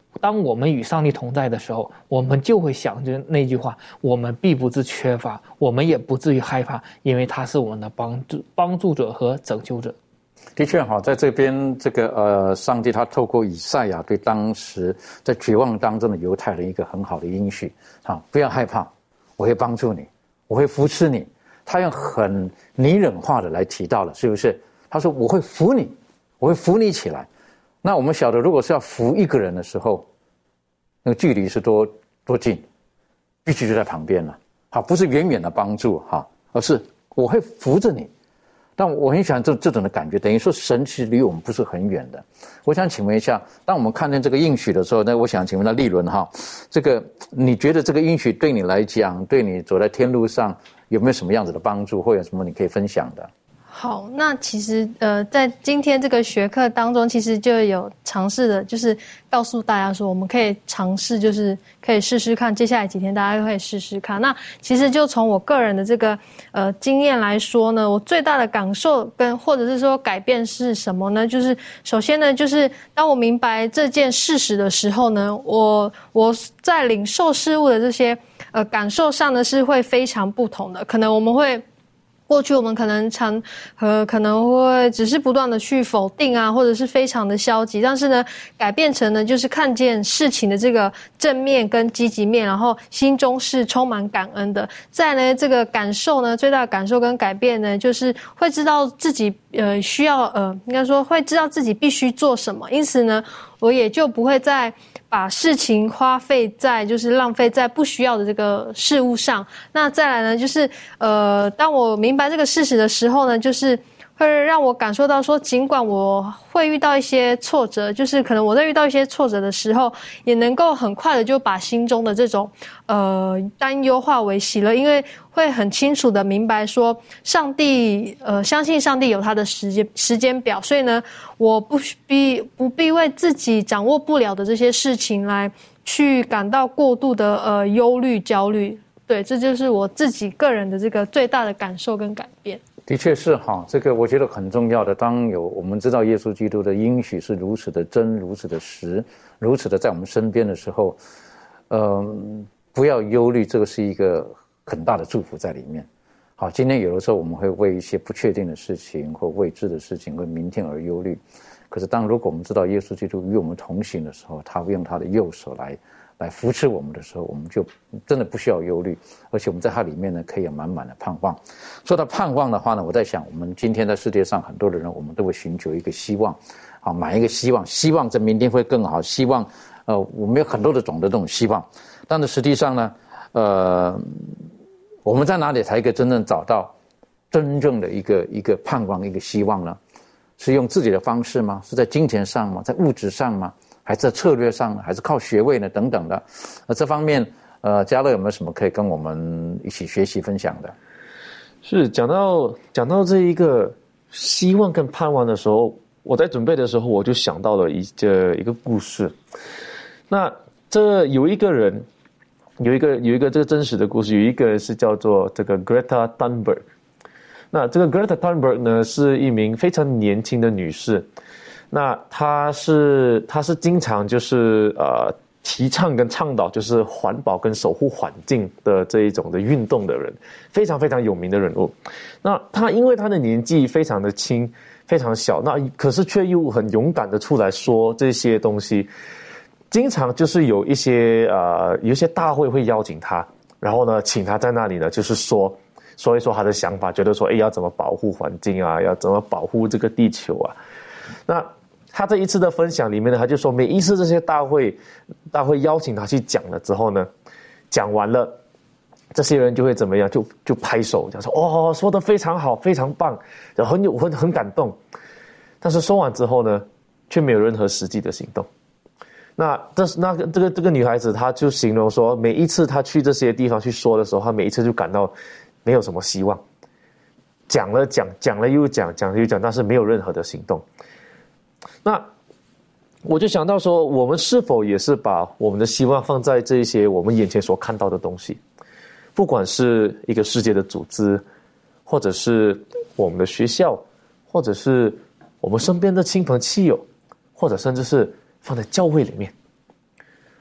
当我们与上帝同在的时候，我们就会想着那句话，我们必不至缺乏，我们也不至于害怕，因为他是我们的帮助帮助者和拯救者。 的确哈，在这边这个呃，上帝他透过以赛亚对当时在绝望当中的犹太人一个很好的应许啊，不要害怕，我会帮助你，我会扶持你。他用很拟人化的来提到了，是不是？他说我会扶你，我会扶你起来。那我们晓得，如果是要扶一个人的时候，那个距离是多多近，必须就在旁边了。好，不是远远的帮助哈，而是我会扶着你。但我很喜欢这这种的感觉，等于说神其实离我们不是很远的。我想请问一下，当我们看见这个应许的时候，那我想请问到立伦哈，这个你觉得这个应许对你来讲，对你走在天路上有没有什么样子的帮助，或有什么你可以分享的？ 好，那其实呃，在今天这个学课当中，其实就有尝试的，就是告诉大家说，我们可以尝试，就是可以试试看。接下来几天大家可以试试看。那其实就从我个人的这个呃经验来说呢，我最大的感受跟或者是说改变是什么呢？就是首先呢，就是当我明白这件事实的时候呢，我我在领受事物的这些呃感受上呢是会非常不同的。可能我们会。过去我们可能常呃可能会只是不断的去否定啊，或者是非常的消极，但是呢，改变成呢就是看见事情的这个正面跟积极面，然后心中是充满感恩的。再呢，这个感受呢，最大的感受跟改变呢，就是会知道自己呃需要呃应该说会知道自己必须做什么，因此呢，我也就不会再把事情花费在就是浪费在不需要的这个事物上。那再来呢，就是呃，当我明白这个事实的时候呢，就是会让我感受到说，尽管我会遇到一些挫折，就是可能我在遇到一些挫折的时候，也能够很快的就把心中的这种呃担忧化为喜乐，因为会很清楚的明白说，上帝呃相信上帝有他的时间时间表，所以呢，我不必不必为自己掌握不了的这些事情来去感到过度的呃忧虑焦虑。对，这就是我自己个人的这个最大的感受跟改变。 的确是哈，这个我觉得很重要的。当有我们知道耶稣基督的应许是如此的真、如此的实、如此的在我们身边的时候，嗯，不要忧虑，这个是一个很大的祝福在里面。好，今天有的时候我们会为一些不确定的事情或未知的事情为明天而忧虑，可是当如果我们知道耶稣基督与我们同行的时候，他会用他的右手来来扶持我们的时候，我们就真的不需要忧虑，而且我们在它里面呢，可以有满满的盼望。说到盼望的话呢，我在想，我们今天在世界上很多的人，我们都会寻求一个希望，啊，买一个希望，希望这明天会更好，希望，呃，我们有很多的种的这种希望，但是实际上呢，呃，我们在哪里才可以真正找到真正的一个一个盼望，一个希望呢？是用自己的方式吗？是在金钱上吗？在物质上吗？还是在策略上呢？还是靠学位呢？等等的。那这方面，呃，嘉乐有没有什么可以跟我们一起学习分享的？ 是讲到讲到这一个希望跟盼望的时候，我在准备的时候，我就想到了一个一个故事。那这有一个人，有一个有一个这个真实的故事，有一个是叫做这个 Greta Thunberg。那这个 Greta Thunberg 呢，是一名非常年轻的女士。那她是她是经常就是呃提倡跟倡导就是环保跟守护环境的这一种的运动的人，非常非常有名的人物。那她因为她的年纪非常的轻，非常小，那可是却又很勇敢的出来说这些东西。经常就是有一些呃有一些大会会邀请她，然后呢请她在那里呢就是说说一说他的想法，觉得说，哎，要怎么保护环境啊？要怎么保护这个地球啊？那他这一次的分享里面呢，他就说，每一次这些大会大会邀请他去讲了之后呢，讲完了，这些人就会怎么样？就就拍手，讲说，哦，说得非常好，非常棒，很有很很感动。但是说完之后呢，却没有任何实际的行动。那这是那个这个这个女孩子，她就形容说，每一次她去这些地方去说的时候，她每一次就感到没有什么希望，讲了讲，讲了又讲，讲了又讲，但是没有任何的行动。那我就想到说，我们是否也是把我们的希望放在这些我们眼前所看到的东西，不管是一个世界的组织，或者是我们的学校，或者是我们身边的亲朋戚友，或者甚至是放在教会里面。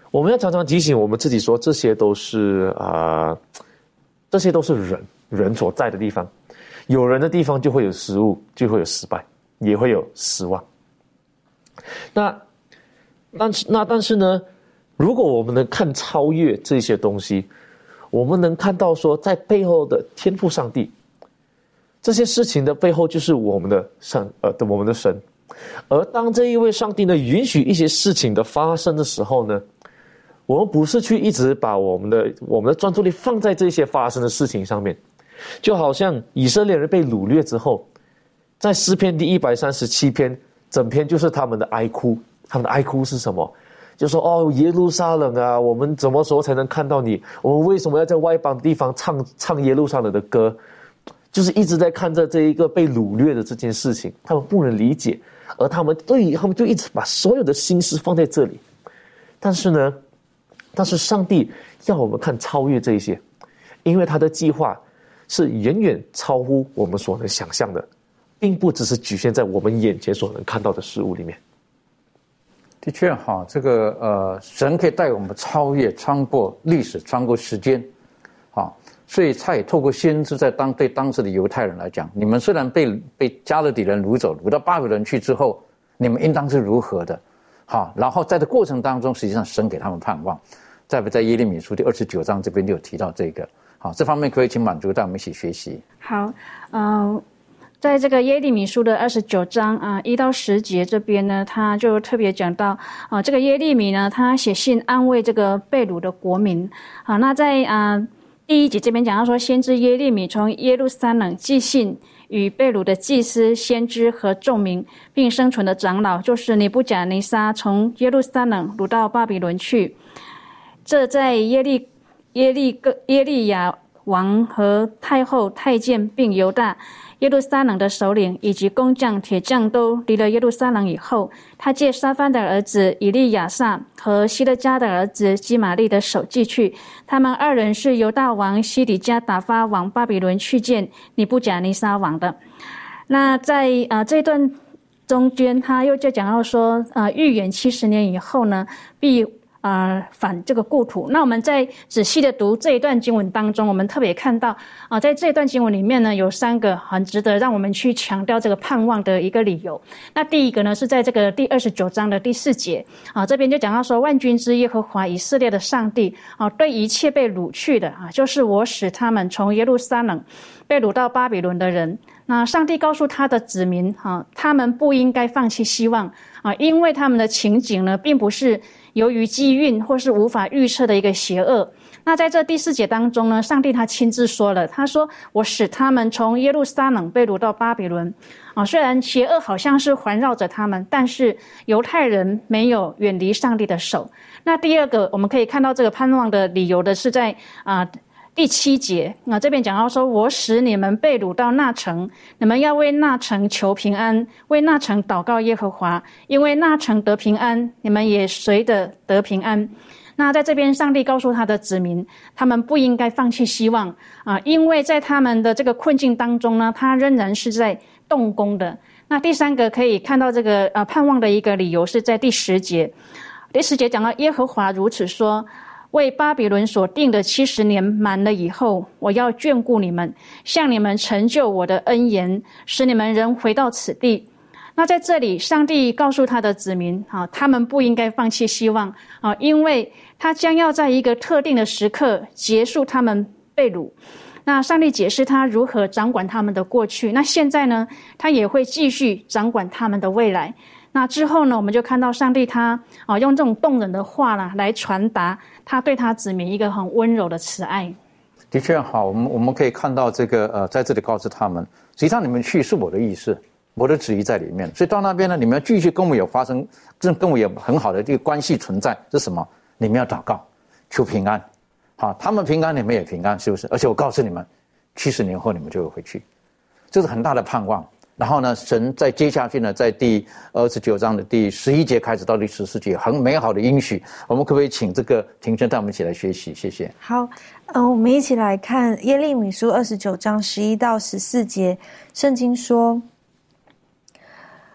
我们要常常提醒我们自己说，这些都是啊、呃，这些都是人人所在的地方，有人的地方就会有失误，就会有失败，也会有失望。那但是那但是呢，如果我们能看超越这些东西，我们能看到说，在背后的天父上帝，这些事情的背后就是我们的上呃的我们的神。而当这一位上帝呢允许一些事情的发生的时候呢，我们不是去一直把我们的我们的专注力放在这些发生的事情上面，就好像以色列人被掳掠之后，在诗篇第一百三十七篇，整篇就是他们的哀哭。他们的哀哭是什么？就说哦，耶路撒冷啊，我们什么时候才能看到你？我们为什么要在外邦的地方唱唱耶路撒冷的歌？就是一直在看着这一个被掳掠的这件事情，他们不能理解，而他们对他们就一直把所有的心思放在这里。但是呢，但是上帝要我们看超越这一些，因为他的计划是远远超乎我们所能想象的，并不只是局限在我们眼前所能看到的事物里面。 的确哈，这个呃，神可以带我们超越、穿过历史、穿过时间，好，所以他也透过先知，在当对当时的犹太人来讲，你们虽然被被加勒底人掳走，掳到巴比伦去之后，你们应当是如何的，好，然后在这过程当中，实际上神给他们盼望，在不在耶利米书第二十九章这边就有提到这个，好，这方面可以请满足带我们一起学习。 好，呃。在这个耶利米书的二十九章啊一到十节这边呢，他就特别讲到啊，这个耶利米呢，他写信安慰这个被掳的国民啊。那在啊第一节这边讲到说，先知耶利米从耶路撒冷寄信与被掳的祭司、先知和众民，并生存的长老，就是尼布甲尼撒从耶路撒冷掳到巴比伦去。这在耶利耶利各耶利亚王和太后、太监，并犹大耶路撒冷的首领以及工匠、铁匠都离了耶路撒冷以后，他借沙番的儿子以利亚撒和希勒家的儿子基玛利的手寄去。他们二人是犹大王西底家打发往巴比伦去见尼布甲尼撒王的。那在呃这段中间，他又就讲到说，呃预言七十年以后呢，必呃，反这个故土。那我们在仔细的读这一段经文当中，我们特别看到啊、呃，在这一段经文里面呢，有三个很值得让我们去强调这个盼望的一个理由。那第一个呢，是在这个第二十九章的第四节啊，这边就讲到说，万军之耶和华以色列的上帝啊，对一切被掳去的啊，就是我使他们从耶路撒冷被掳到巴比伦的人。那上帝告诉他的子民啊，他们不应该放弃希望啊，因为他们的情景呢，并不是由于机运或是无法预测的一个邪恶。那在这第四节当中呢，上帝他亲自说了，他说我使他们从耶路撒冷被掳到巴比伦啊，虽然邪恶好像是环绕着他们，但是犹太人没有远离上帝的手。那第二个我们可以看到这个盼望的理由的是在啊第七节啊，这边讲到说，我使你们被掳到那城，你们要为那城求平安，为那城祷告耶和华，因为那城得平安，你们也随着得平安。那在这边，上帝告诉他的子民，他们不应该放弃希望啊，因为在他们的这个困境当中呢，他仍然是在动工的。那第三个可以看到这个呃盼望的一个理由是在第十节，第十节讲到耶和华如此说，为巴比伦所定的七十年满了以后，我要眷顾你们，向你们成就我的恩言，使你们人回到此地。那在这里，上帝告诉他的子民啊，他们不应该放弃希望啊，因为他将要在一个特定的时刻结束他们被掳。那上帝解释他如何掌管他们的过去，那现在呢，他也会继续掌管他们的未来。那之后呢，我们就看到上帝他啊用这种动人的话啦来传达他对他子民一个很温柔的慈爱。 的确好，我们我们可以看到这个呃，在这里告诉他们，实际上你们去是我的意思，我的旨意在里面，所以到那边呢，你们要继续跟我有发生，跟我有很好的这个关系存在。是什么？你们要祷告，求平安。好，他们平安，你们也平安，是不是？而且我告诉你们，七十年后你们就会回去，这是很大的盼望。然后呢，神在接下去呢，在第二十九章的第十一节开始到第十四节，很美好的应许。我们可不可以请这个庭轩带我们一起来学习？谢谢。 好，呃，我们一起来看耶利米书二十九章十一到十四节。圣经说：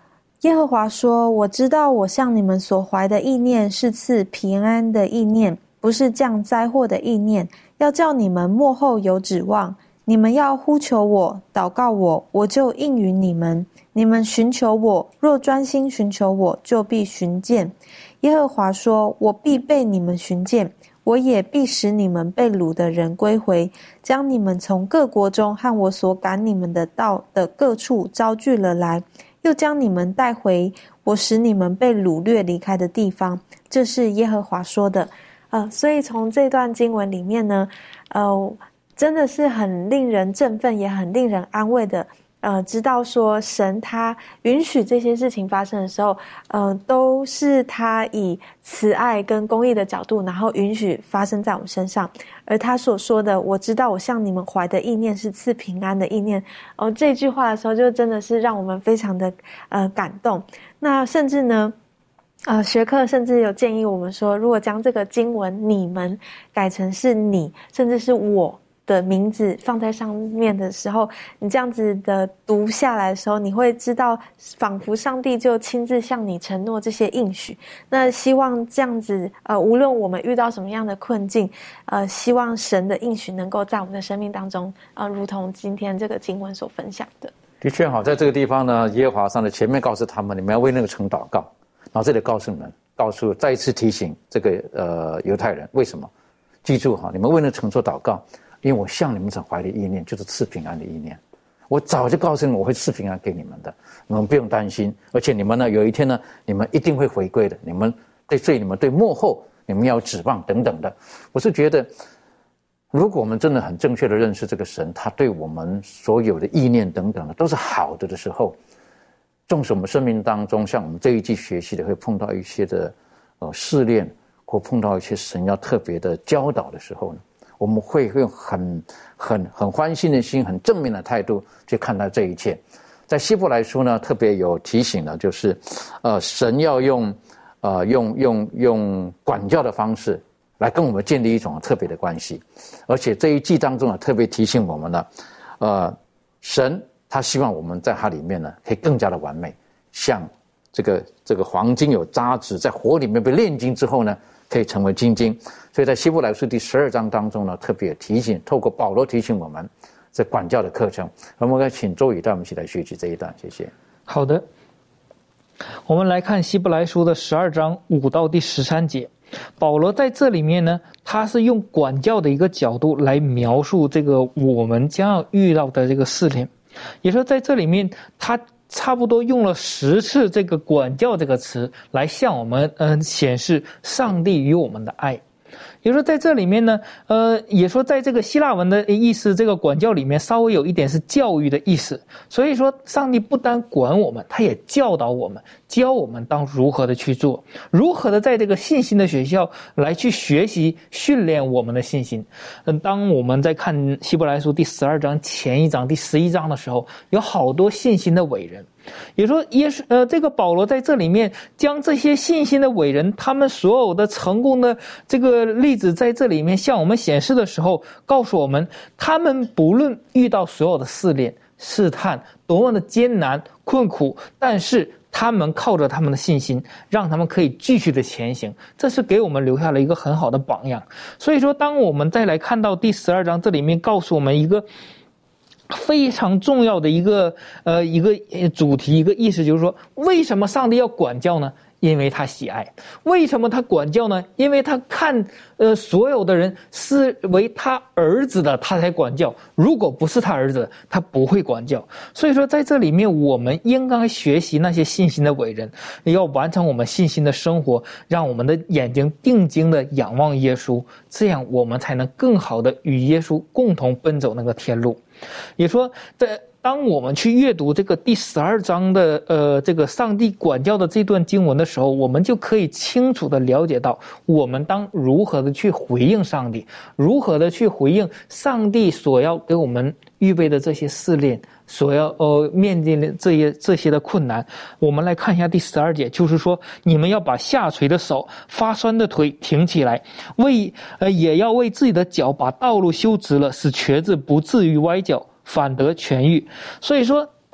耶和华说，我知道我向你们所怀的意念是赐平安的意念，不是降灾祸的意念，要叫你们末后有指望。你们要呼求我，祷告我，我就应允你们。你们寻求我，若专心寻求我，就必寻见。耶和华说，我必被你们寻见，我也必使你们被掳的人归回，将你们从各国中和我所赶你们的道的各处招聚了来，又将你们带回我使你们被掳掠离开的地方。这是耶和华说的。呃，所以从这段经文里面呢，呃，真的是很令人振奋，也很令人安慰的。呃，知道说神他允许这些事情发生的时候，呃，都是他以慈爱跟公义的角度，然后允许发生在我们身上。而他所说的，我知道我向你们怀的意念是赐平安的意念，哦，这句话的时候，就真的是让我们非常的呃感动。那甚至呢，呃，学课甚至有建议我们说，如果将这个经文你们改成是你，甚至是我的名字放在上面的时候，你这样子的读下来的时候，你会知道仿佛上帝就亲自向你承诺这些应许。那希望这样子呃，无论我们遇到什么样的困境，呃，希望神的应许能够在我们的生命当中呃，如同今天这个经文所分享的。 的确好，在这个地方呢，耶和华上的前面告诉他们，你们要为那个城祷告，然后这里告诉你们，告诉再一次提醒这个呃犹太人，为什么？记住哈，你们为那个城做祷告，因为我向你们所怀的意念就是赐平安的意念，我早就告诉你们我会赐平安给你们的，你们不用担心。而且你们呢，有一天呢，你们一定会回归的。你们对对你们对末后，你们要有指望等等的。我是觉得，如果我们真的很正确的认识这个神，他对我们所有的意念等等的都是好的的时候，纵使我们生命当中像我们这一季学习的会碰到一些的呃试炼，或碰到一些神要特别的教导的时候呢，我们会用很很很欢欣的心，很正面的态度去看待这一切。在希伯来书呢，特别有提醒的，就是呃，神要用呃用用用管教的方式来跟我们建立一种特别的关系。而且这一季当中呢，特别提醒我们呢，呃，神他希望我们在他里面呢，可以更加的完美，像这个这个黄金有渣滓，在火里面被炼金之后呢，可以成为金晶。所以在希伯来书第十二章当中呢，特别提醒，透过保罗提醒我们这管教的课程。我们该请周宇带我们一起来学习这一段，谢谢。 好的，我们来看希伯来书的十二章五到第十三节。保罗在这里面呢，他是用管教的一个角度来描述这个我们将要遇到的这个试炼，也就是说在这里面他差不多用了十次这个管教这个词来向我们嗯、呃、显示上帝与我们的爱。也就是说在这里面呢，呃，也说在这个希腊文的意思，这个管教里面稍微有一点是教育的意思。所以说上帝不单管我们，他也教导我们，教我们当如何的去做，如何的在这个信心的学校来去学习训练我们的信心。嗯，当我们在看希伯来书第十二章前一章第十一章的时候，有好多信心的伟人，也说耶稣呃，这个保罗在这里面将这些信心的伟人他们所有的成功的这个例子在这里面向我们显示的时候，告诉我们他们不论遇到所有的试炼试探多么的艰难困苦，但是他们靠着他们的信心让他们可以继续的前行，这是给我们留下了一个很好的榜样。所以说当我们再来看到第十二章，这里面告诉我们一个非常重要的一个呃一个主题，一个意思，就是说为什么上帝要管教呢？因为他喜爱。为什么他管教呢？因为他看呃所有的人视为他儿子的，他才管教，如果不是他儿子，他不会管教。所以说在这里面我们应该学习那些信心的伟人，要完成我们信心的生活，让我们的眼睛定睛的仰望耶稣，这样我们才能更好的与耶稣共同奔走那个天路。也说在当我们去阅读这个第十二章的呃这个上帝管教的这段经文的时候，我们就可以清楚的了解到我们当如何的去回应上帝，如何的去回应上帝所要给我们预备的这些试炼，所要呃面对的这些这些的困难。我们来看一下第十二节，就是说你们要把下垂的手发酸的腿挺起来，为呃也要为自己的脚把道路修直了，使瘸子不至于歪脚，反得痊愈。所以说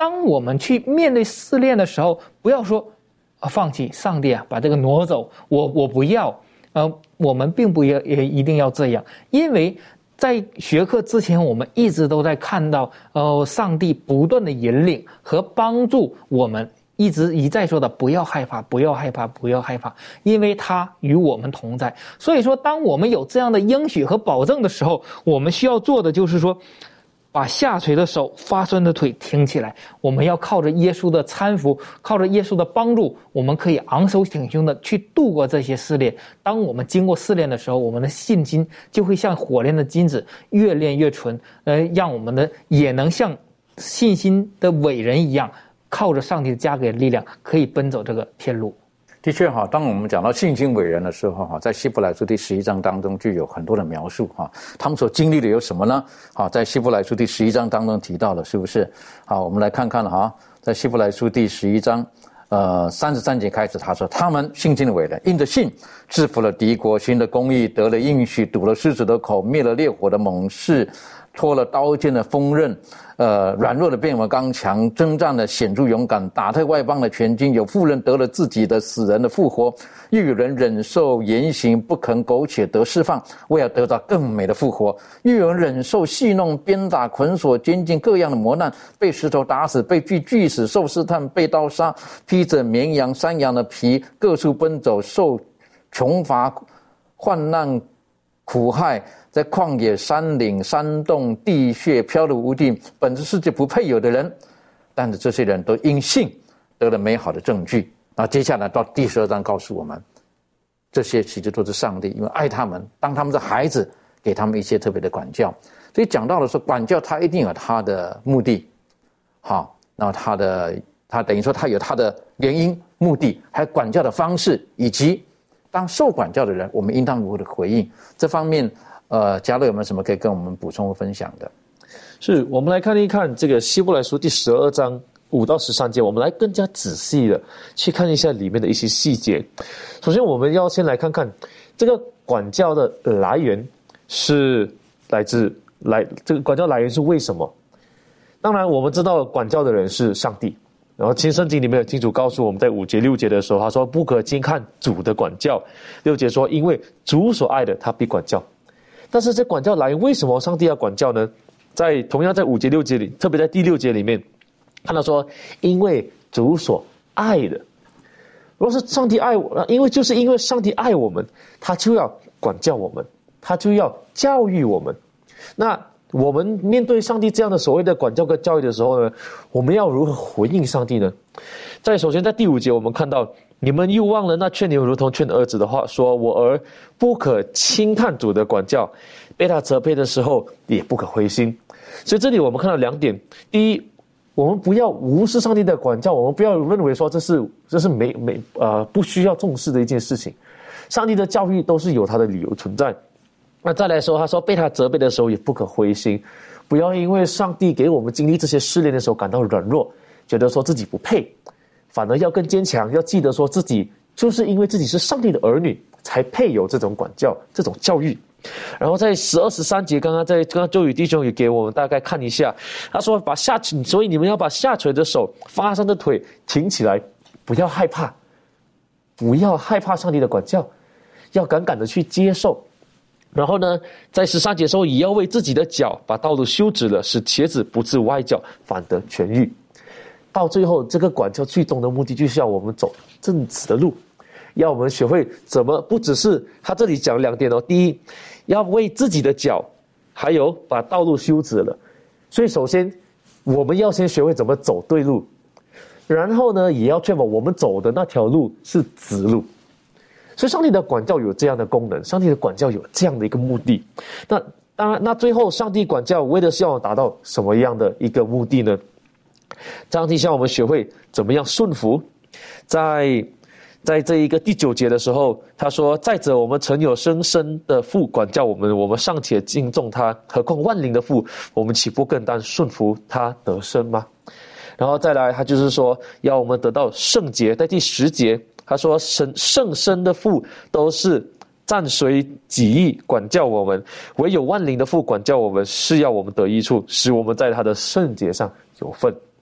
当我们去面对试炼的时候，不要说啊放弃，上帝啊把这个挪走，我我不要。呃，我们并不也也一定要这样，因为在学课之前，我们一直都在看到，呃，上帝不断的引领和帮助我们，一直一再说的不要害怕，不要害怕，不要害怕，因为他与我们同在。所以说，当我们有这样的应许和保证的时候，我们需要做的就是说，把下垂的手、发酸的腿挺起来。我们要靠着耶稣的搀扶，靠着耶稣的帮助，我们可以昂首挺胸的去度过这些试炼。当我们经过试炼的时候，我们的信心就会像火炼的金子，越炼越纯，呃，让我们的也能像信心的伟人一样，靠着上帝加给的力量，可以奔走这个天路。 的确哈，当我们讲到信心伟人的时候哈，在希伯来书第十一章当中就有很多的描述哈，他们所经历的有什么呢？好，在希伯来书第十一章当中提到了，是不是？好，我们来看看哈，在希伯来书第十一章，呃，三十三节开始，他说他们信心的伟人，因着信制服了敌国，行了公义，得了应许，堵了狮子的口，灭了烈火的猛士，脱了刀剑的锋刃，呃，软弱的变为刚强，征战的显出勇敢，打退外邦的全军，有妇人得了自己的死人的复活，又有人忍受严刑，不肯苟且得释放，为要得到更美的复活，又有人忍受戏弄、鞭打、捆锁、监禁各样的磨难，被石头打死，被锯锯死，受试探，被刀杀，披着绵羊、山羊的皮，各处奔走，受穷乏、患难、苦害，在旷野、山岭、山洞、地穴漂流无定，本是世界不配有的人，但是这些人都因信得了美好的证据。那接下来到第十二章告诉我们，这些其实都是上帝因为爱他们，当他们的孩子，给他们一些特别的管教。所以讲到了说，管教他一定有他的目的，好，那他的他等于说他有他的原因、目的，还有管教的方式，以及当受管教的人，我们应当如何的回应。这方面，呃，嘉乐有没有什么可以跟我们补充和分享的？ 是，我们来看一看这个希伯来书第十二章五到十三节，我们来更加仔细的去看一下里面的一些细节。首先，我们要先来看看这个管教的来源是来自来这个管教来源是为什么？当然，我们知道管教的人是上帝。然后，新圣经里面有清楚告诉我们，在五节六节的时候，他说不可轻看主的管教。六节说，因为主所爱的，他必管教。但是这管教来源为什么上帝要管教呢？在同样在五节六节里，特别在第六节里面，看到说，因为主所爱的。如果是上帝爱我，因为就是因为上帝爱我们，他就要管教我们，他就要教育我们。那我们面对上帝这样的所谓的管教跟教育的时候呢，我们要如何回应上帝呢？在首先在第五节我们看到，你们又忘了那劝你如同劝儿子的话，说我儿不可轻看主的管教，被他责备的时候也不可灰心。所以这里我们看到两点，第一，我们不要无视上帝的管教，我们不要认为说这是这是没没呃不需要重视的一件事情，上帝的教育都是有他的理由存在。那再来说，他说被他责备的时候也不可灰心，不要因为上帝给我们经历这些试炼的时候感到软弱，觉得说自己不配，反而要更坚强，要记得说自己就是因为自己是上帝的儿女，才配有这种管教、这种教育。然后在十二十三节，刚刚在刚刚周宇弟兄也给我们大概看一下，他说把下垂，所以你们要把下垂的手、发伤的腿挺起来，不要害怕，不要害怕上帝的管教，要敢敢的去接受。然后呢，在十三节说，也要为自己的脚把道路修直了，使瘸子不致歪脚，反得痊愈。到最后，这个管教最终的目的就是要我们走正直的路，要我们学会怎么，不只是他这里讲两点哦。第一，要为自己的脚，还有把道路修直了。所以首先，我们要先学会怎么走对路，然后呢，也要确保我们走的那条路是直路。所以上帝的管教有这样的功能，上帝的管教有这样的一个目的。那当然，那最后上帝管教为的是要达到什么样的一个目的呢？上帝向我们学会怎么样顺服。在在这一个第九节的时候，他说：“再者，我们曾有生生的父管教我们，我们尚且敬重他，何况万灵的父，我们岂不更当顺服他得生吗？”然后再来，他就是说要我们得到圣洁。在第十节，他说：“圣圣生的父都是暂随己意管教我们，唯有万灵的父管教我们，是要我们得益处，使我们在他的圣洁上有份。”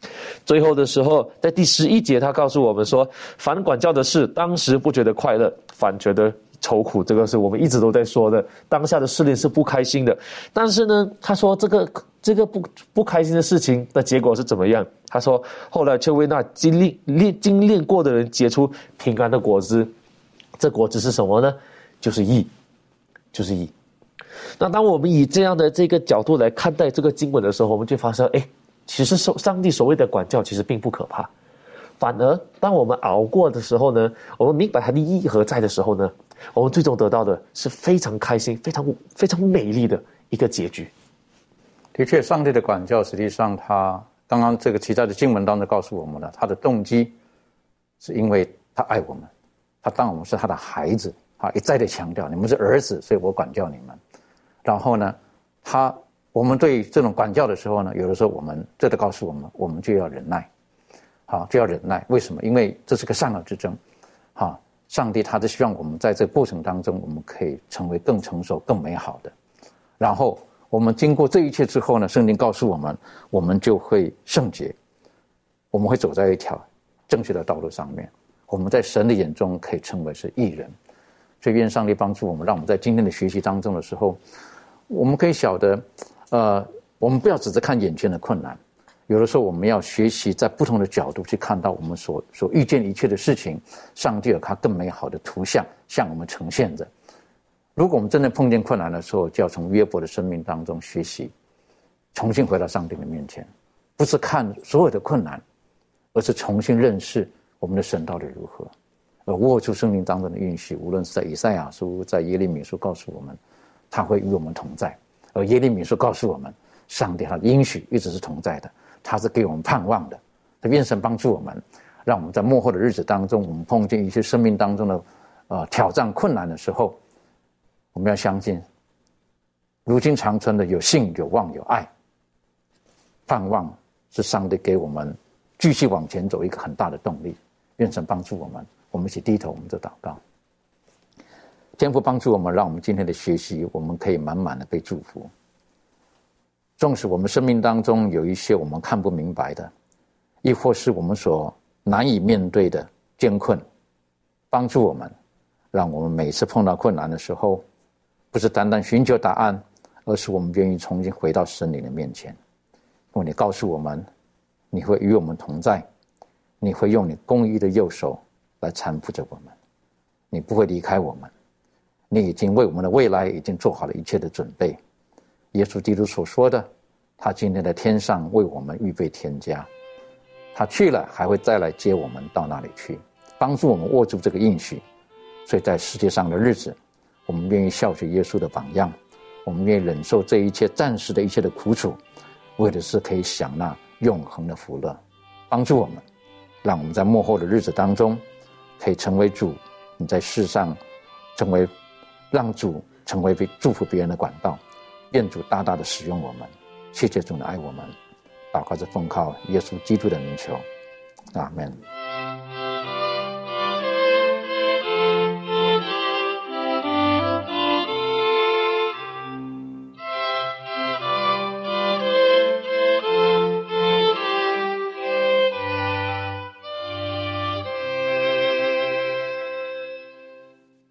最后的时候，在第十一节，他告诉我们说，凡管教的事，当时不觉得快乐，反觉得愁苦。这个是我们一直都在说的，当下的试炼是不开心的。但是呢，他说这个这个不不开心的事情的结果是怎么样？他说后来却为那经历历经炼过的人结出平安的果子。这果子是什么呢？就是义，就是义。那当我们以这样的这个角度来看待这个经文的时候，我们就发现，哎，其实上帝所谓的管教其实并不可怕，反而当我们熬过的时候呢，我们明白他的意义何在的时候呢，我们最终得到的是非常开心、非常非常美丽的一个结局。 的确，上帝的管教实际上他刚刚这个其他的经文当中告诉我们了，他的动机是因为他爱我们，他当我们是他的孩子，他一再的强调你们是儿子，所以我管教你们。然后呢，他我们对这种管教的时候呢，有的时候我们这得告诉我们，我们就要忍耐，好，就要忍耐。为什么？因为这是个善恶之争，好，上帝他是希望我们在这个过程当中，我们可以成为更成熟、更美好的。然后我们经过这一切之后呢，圣经告诉我们，我们就会圣洁，我们会走在一条正确的道路上面，我们在神的眼中可以称为是义人。所以愿上帝帮助我们，让我们在今天的学习当中的时候，我们可以晓得，呃，我们不要只是看眼前的困难，有的时候我们要学习在不同的角度去看到我们所所遇见一切的事情，上帝有他更美好的图像向我们呈现着。如果我们真的碰见困难的时候，就要从约伯的生命当中学习，重新回到上帝的面前，不是看所有的困难，而是重新认识我们的神到底如何，而握住生命当中的应许，无论是在以赛亚书、在耶利米书告诉我们，他会与我们同在；而耶利米书告诉我们，上帝他的应许一直是同在的，他是给我们盼望的。愿神帮助我们，让我们在末后的日子当中，我们碰见一些生命当中的呃挑战、困难的时候，我们要相信，如今长存的有信、有望、有爱，盼望是上帝给我们继续往前走一个很大的动力。愿神帮助我们。我们一起低头，我们就祷告。天父帮助我们，让我们今天的学习，我们可以满满的被祝福。纵使我们生命当中有一些我们看不明白的，亦或是我们所难以面对的艰困，帮助我们，让我们每次碰到困难的时候，不是单单寻求答案，而是我们愿意重新回到神你的面前。因为你告诉我们，你会与我们同在，你会用你公义的右手来搀扶着我们，你不会离开我们，你已经为我们的未来已经做好了一切的准备。耶稣基督所说的，他今天在天上为我们预备天家，他去了还会再来接我们到那里去，帮助我们握住这个应许。所以在世界上的日子，我们愿意效学耶稣的榜样，我们愿意忍受这一切暂时的一切的苦楚，为的是可以享纳永恒的福乐。帮助我们，让我们在末后的日子当中可以成为主你在世上成为让主成为祝福别人的管道。愿主大大的使用我们，谢谢主的爱我们。祷告着奉靠耶稣基督的名求，阿们。